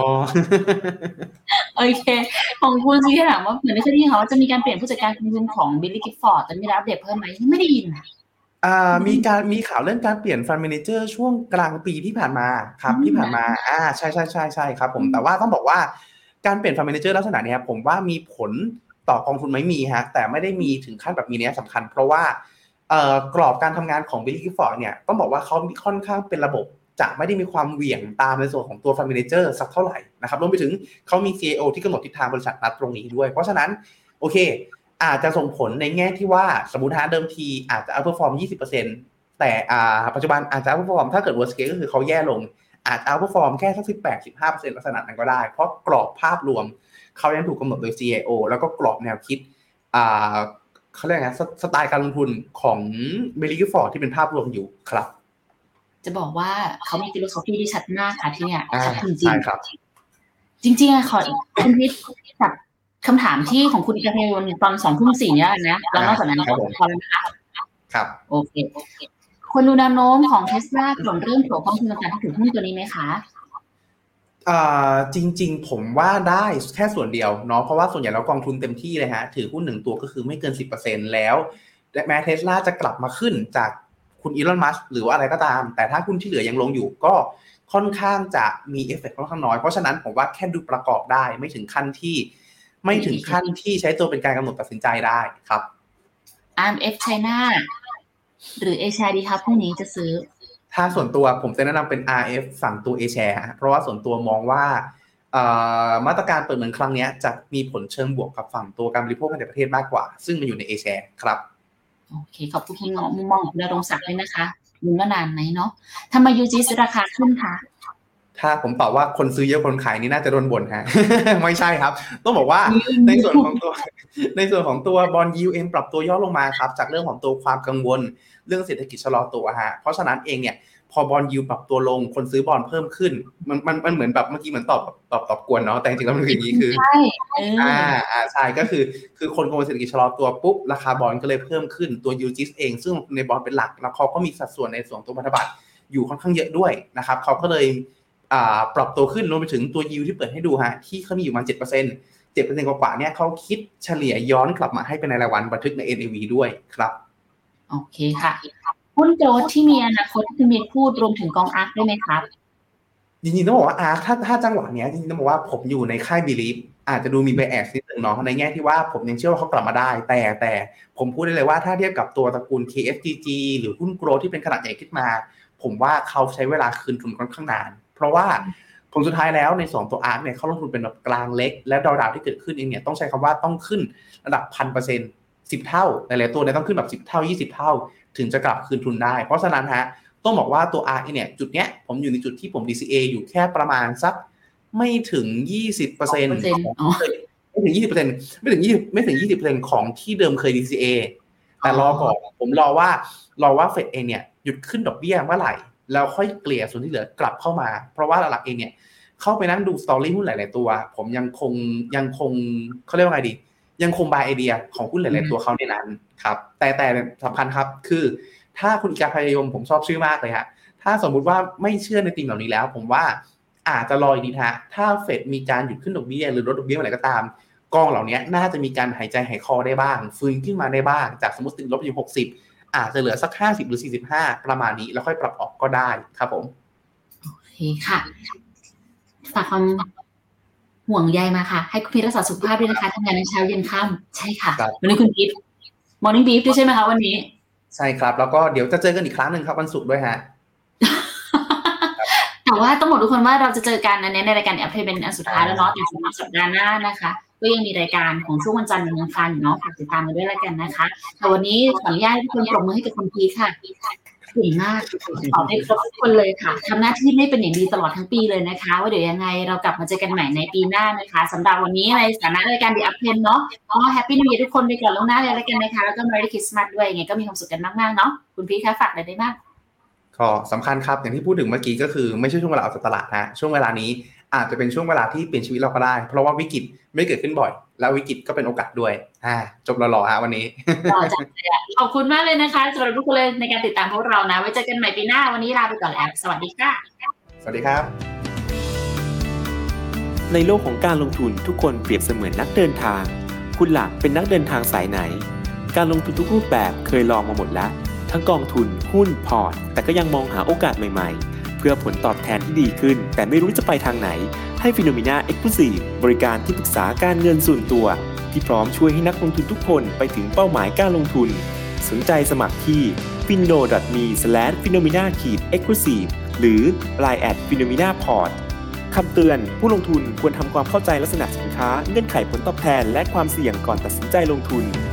โอเคของคุณซีถามว่าเหมือนได้ยินค่ะว่าจะมีการเปลี่ยนผู้จัดการกองทุนของบิลลี่กิฟฟอร์ดจะมีอัปเดตเพิ่มไหมไม่ได้ยินอ่ามีการมีข่าวเรื่องการเปลี่ยนฟันแมเนเจอร์ช่วงกลางปีที่ผ่านมาครับที่ผ่านมาอ่าใช่ใช่ใช่ใช่ครับผมแต่ว่าต้องบอกว่าการเปลี่ยนฟันแมเนเจอร์ลักษณะนี้ผมว่ามีผลต่อกองทุนไม่มีฮะแต่ไม่ได้มีถึงขั้นแบบมีนัยสำคัญเพราะว่าเอ่อกรอบการทำงานของบิลลี่กิฟฟอร์ดเนี่ยต้องบอกว่าเขาค่อนข้างเป็นระบบจะไม่ได้มีความเหวี่ยงตามในส่วนของตัวฟันแมเนเจอร์สักเท่าไหร่นะครับรวมไปถึงเขามี ซี อี โอ ที่กำหนดทิศทางบริษัทนัดตรงนี้ด้วยเพราะฉะนั้นโอเคอาจจะส่งผลในแง่ที่ว่าสมมุติฮะเดิมทีอาจจะ outperform ยี่สิบเปอร์เซ็นต์ แต่อ่าปัจจุบันอาจจะ outperform ถ้าเกิด worst case ก็คือเขาแย่ลงอาจ outperform แค่สัก สิบแปดถึงสิบห้าเปอร์เซ็นต์ ลักษณะนั้นก็ได้เพราะกรอบภาพรวมเขายังถูกกำหนดโดย ซี อี โอ แล้วก็กรอบแนวคิดอ่าเขาเรียกไงสไตล์การลงทุนของบิลลี่กิฟฟอร์ดที่เป็นภาพรวมอยู่ครับจะบอกว่าเขามีฟิโลโซฟีที่ชัดมากค่ะที่เนี่ยชัดจริงๆใช่ครับจริงๆอะขออีกคุณพิษกับคำถามที่ของคุณอีกาเพลตอนสองทุ่มสี่เนี่ยนะแล้วนอกจากนั้นก็พอแล้วนะคะครับโอเคคนดูแนวโน้มของ Tesla กลุ่มเรื่องถั่วกองทุนต่างๆที่ถือหุ้นตัวนี้ไหมคะอ่าจริงๆผมว่าได้แค่ส่วนเดียวเนาะเพราะว่าส่วนใหญ่แล้วกองทุนเต็มที่เลยฮะถือหุ้นหนึ่งตัวก็คือไม่เกิน สิบเปอร์เซ็นต์ แล้วแม้ Tesla จะกลับมาขึ้นจากคุณอีลอนมัสก์หรือว่าอะไรก็ตามแต่ถ้าหุ้นที่เหลือยังลงอยู่ก็ค่อนข้างจะมีเอฟเฟคค่อนข้างน้อยเพราะฉะนั้นผมว่าแค่ดูประกอบได้ไม่ถึงขั้นที่ไม่ถึงขั้นที่ใช้ตัวเป็นการกำหนดตัดสินใจได้ครับอาร์ เอ็ม เอฟ China หรือ A-share ดีครับพรุ่งนี้จะซื้อถ้าส่วนตัวผมจะแนะนำเป็น อาร์ เอฟ ฝั่งตัว A-share เพราะว่าส่วนตัวมองว่ามาตรการเปิดเมืองครั้งนี้จะมีผลเชิงบวกกับฝั่งตัวการบริโภคภายในประเทศมากกว่าซึ่งมันอยู่ใน A-share ครับโอเคขอบคุณคุณมุมมองของคุณณรงค์ศักดิ์ด้วยนะคะลุ้นว่านานไหมเนาะทำไม ยู จี ราคาขึ้นคะถ้าผมตอบว่าคนซื้อเยอะคนขายนี่น่าจะโดนบ่นฮะ ไม่ใช่ครับต้องบอกว่าในส่วนของตัวในส่วนของตัวบอนด์ยิลด์เองปรับตัวย่อลงมาครับจากเรื่องของตัวความกังวลเรื่องเศรษฐกิจชะลอตัวฮะเพราะฉะนั้นเองเนี่ยพอบอนด์ยิลด์ปรับตัวลงคนซื้อบอนด์เพิ่มขึ้นมันมันมันเหมือนแบบเมื่อกี้เหมือนตอบตอบตอบกวนเนาะแต่จริงๆแล้วมันคืออย่างนี้คือใช่อ่าอ่าใช่ก็คือคือคนกังวลเศรษฐกิจชะลอตัวปุ๊บราคาบอนด์ก็เลยเพิ่มขึ้นตัว ยู จี เองซึ่งในบอนด์เป็นหลักแล้วเขาก็มีสัดส่วนในส่วนตัวพันธบัตรอยู่ค่อนข้างเยอะด้วยนะครับเขาก็เลยอ่าปรับตัวขึ้นรวมไปถึงตัว yield ที่เปิดให้ดูฮะที่เขามีอยู่ประมาณ เจ็ดเปอร์เซ็นต์ เจ็ดเปอร์เซ็นต์ กว่าๆเนี่ยเขาคิดเฉลี่ยย้อนกลับมาให้เป็นรายวันบันทึกใน เอ็น เอ วี ด้วยครับโอเคค่ะหุ้นโกลด์ที่มีอนาคตที่มีพูดรวมถึงกองอาร์คได้ไหมครับจริงๆต้องบอกว่าอาร์คถ้าถ้าจังหวะเนี้ยจริงๆต้องบอกว่าผมอยู่ในค่าย Belief อาจจะดูมี bias นิดนึงเนาะในแง่ที่ว่าผมยังเชื่อว่าเขากลับมาได้แต่แต่ผมพูดได้เลยว่าถ้าเทียบกับตัวตระกูล เค เอฟ จี จี หรือหุ้นโกลด์ที่เป็นขนาดใหญ่ขึ้นมาผมว่าเขาใช้เวลาคืนทุนค่อนข้างนานเพราะว่าผลสุดท้ายแล้วในสองตัวอาร์คเนี่ยเขาลงทุนเป็นแบบกลางเล็กและดาวๆที่เกิดขึ้นเองเนี่ยต้องใช้คำว่าต้องขึ้นระดับ หนึ่งพันเปอร์เซ็นต์ สิบเท่าหลายๆตัวเนี่ยต้องขึ้นแบบสิบเท่ายี่สิบเท่าถึงจะกลับคืนทุนได้เพราะฉะนั้นฮะต้องบอกว่าตัว อาร์ เนี่ยจุดเนี้ยผมอยู่ในจุดที่ผม ดี ซี เอ อยู่แค่ประมาณสักไม่ถึง ยี่สิบเปอร์เซ็นต์อ๋อไม่ถึง ยี่สิบเปอร์เซ็นต์ ไม่ถึงยี่สิบไม่ถึง ยี่สิบเปอร์เซ็นต์ ของที่เดิมเคย ดี ซี เอแต่รอก่อนผมรอว่ารอว่าเฟดเองเนี่ยหยุดขึ้นดอกเบี้ยเมื่อไหร่แล้วค่อยเกลี่ยส่วนที่เหลือกลับเข้ามาเพราะว่าหลักๆเองเนี่ยเข้าไปนั่งดูสตอรี่หุ้นหลายๆตัวผมยังคงยังคงเขาเรียกว่าไงดียังคงบายไอเดียของหุ้นหลายๆตัวเขาในนั้นครับแต่แต่สำคัญครับคือถ้าคุณอีกาพยมผมชอบชื่อมากเลยฮะถ้าสมมุติว่าไม่เชื่อในธีมเหล่านี้แล้วผมว่าอาจจะรออีกนิดฮะถ้าเฟดมีการหยุดขึ้นดอกเบี้ยหรือลดดอกเบี้ยอะไรก็ตามกองเหล่านี้น่าจะมีการหายใจหายคอได้บ้างฟื้นขึ้นมาได้บ้างจากสมมติติดลบอยู่หกสิบอาจจะเหลือสักห้าสิบหรือสี่สิบห้าประมาณนี้แล้วค่อยปรับออกก็ได้ครับผมโอเคค่ะฝากความห่วงใยมาค่ะให้คุณพีทรักษาสุขภาพด้วยนะคะทำงานในเช้าเย็นค่ำใช่ค่ะวันนี้คุณพีท Morning Beef ด้วยใช่ไหมคะวันนี้ใช่ครับแล้วก็เดี๋ยวจะเจอกันอีกครั้งนึงครับวันศุกร์ด้วยฮะแต่ว่าต้องบอกทุกคนว่าเราจะเจอกันในในรายการอัปเดตเป็นอันสุดท้ายแล้วเนาะแต่สำหรับสัปดาห์หน้านะคะก็ยังมีรายการของช่วงวันจันทร์ถึงวันอังคารอยู่เนาะฝากติดตามกันด้วยแล้วกันนะคะแต่วันนี้ขออนุญาตทุกคนปรบมือให้กับคุณพีทค่ะเก่งมากขอให้ครบทุกคนเลยค่ะทำหน้าที่ได้เป็นอย่างดีตลอดทั้งปีเลยนะคะว่าเดี๋ยวยังไงเรากลับมาเจอกันใหม่ในปีหน้านะคะสำหรับวันนี้ในฐานะรายการ The Uptrend เนาะก็แฮปปี้นิวเยียร์ทุกคนไปก่อนล่วงหน้าเลยแล้วกันนะคะแล้วก็ Merry Christmas ด้วยยังไงก็มีความสุขกันมากๆเนาะคุณพีทคะฝากอะไรได้บ้างก็สำคัญครับอย่างที่พูดถึงเมื่อกี้ก็คือไม่ใช่ช่วงเวลาออกจากตลาดนะช่วงเวลานี้อาจจะเป็นช่วงเวลาที่เปลี่ยนชีวิตเราก็ได้เพราะว่าวิกฤตไม่เกิดขึ้นบ่อยแล้ววิกฤตก็เป็นโอกาสด้วยอ่าจบหล่อๆฮะวันนี้ขอบคุณมากเลยนะคะสำหรับทุกคนเลยในการติดตามพวกเรานะไว้เจอกันใหม่ปีหน้าวันนี้ลาไปก่อนแล้วสวัสดีค่ะสวัสดีครับในโลกของการลงทุนทุกคนเปรียบเสมือนนักเดินทางคุณหลักเป็นนักเดินทางสายไหนการลงทุนทุกรูปแบบเคยลองมาหมดแล้วทั้งกองทุนหุ้นพอร์ตแต่ก็ยังมองหาโอกาสใหม่ๆเพื่อผลตอบแทนที่ดีขึ้นแต่ไม่รู้จะไปทางไหนให้ Phenomena Exclusive บริการที่ปรึกษาการเงินส่วนตัวที่พร้อมช่วยให้นักลงทุนทุกคนไปถึงเป้าหมายการลงทุนสนใจสมัครที่ ฟิโน ดอท มี สแลช ฟีโนมีนา เอ็กซ์คลูซีฟ หรือ ไลน์ แอท ฟีโนมีนา พอร์ต คำเตือนผู้ลงทุนควรทำความเข้าใจลักษณะสินค้าเงื่อนไขผลตอบแทนและความเสี่ยงก่อนตัดสินใจลงทุน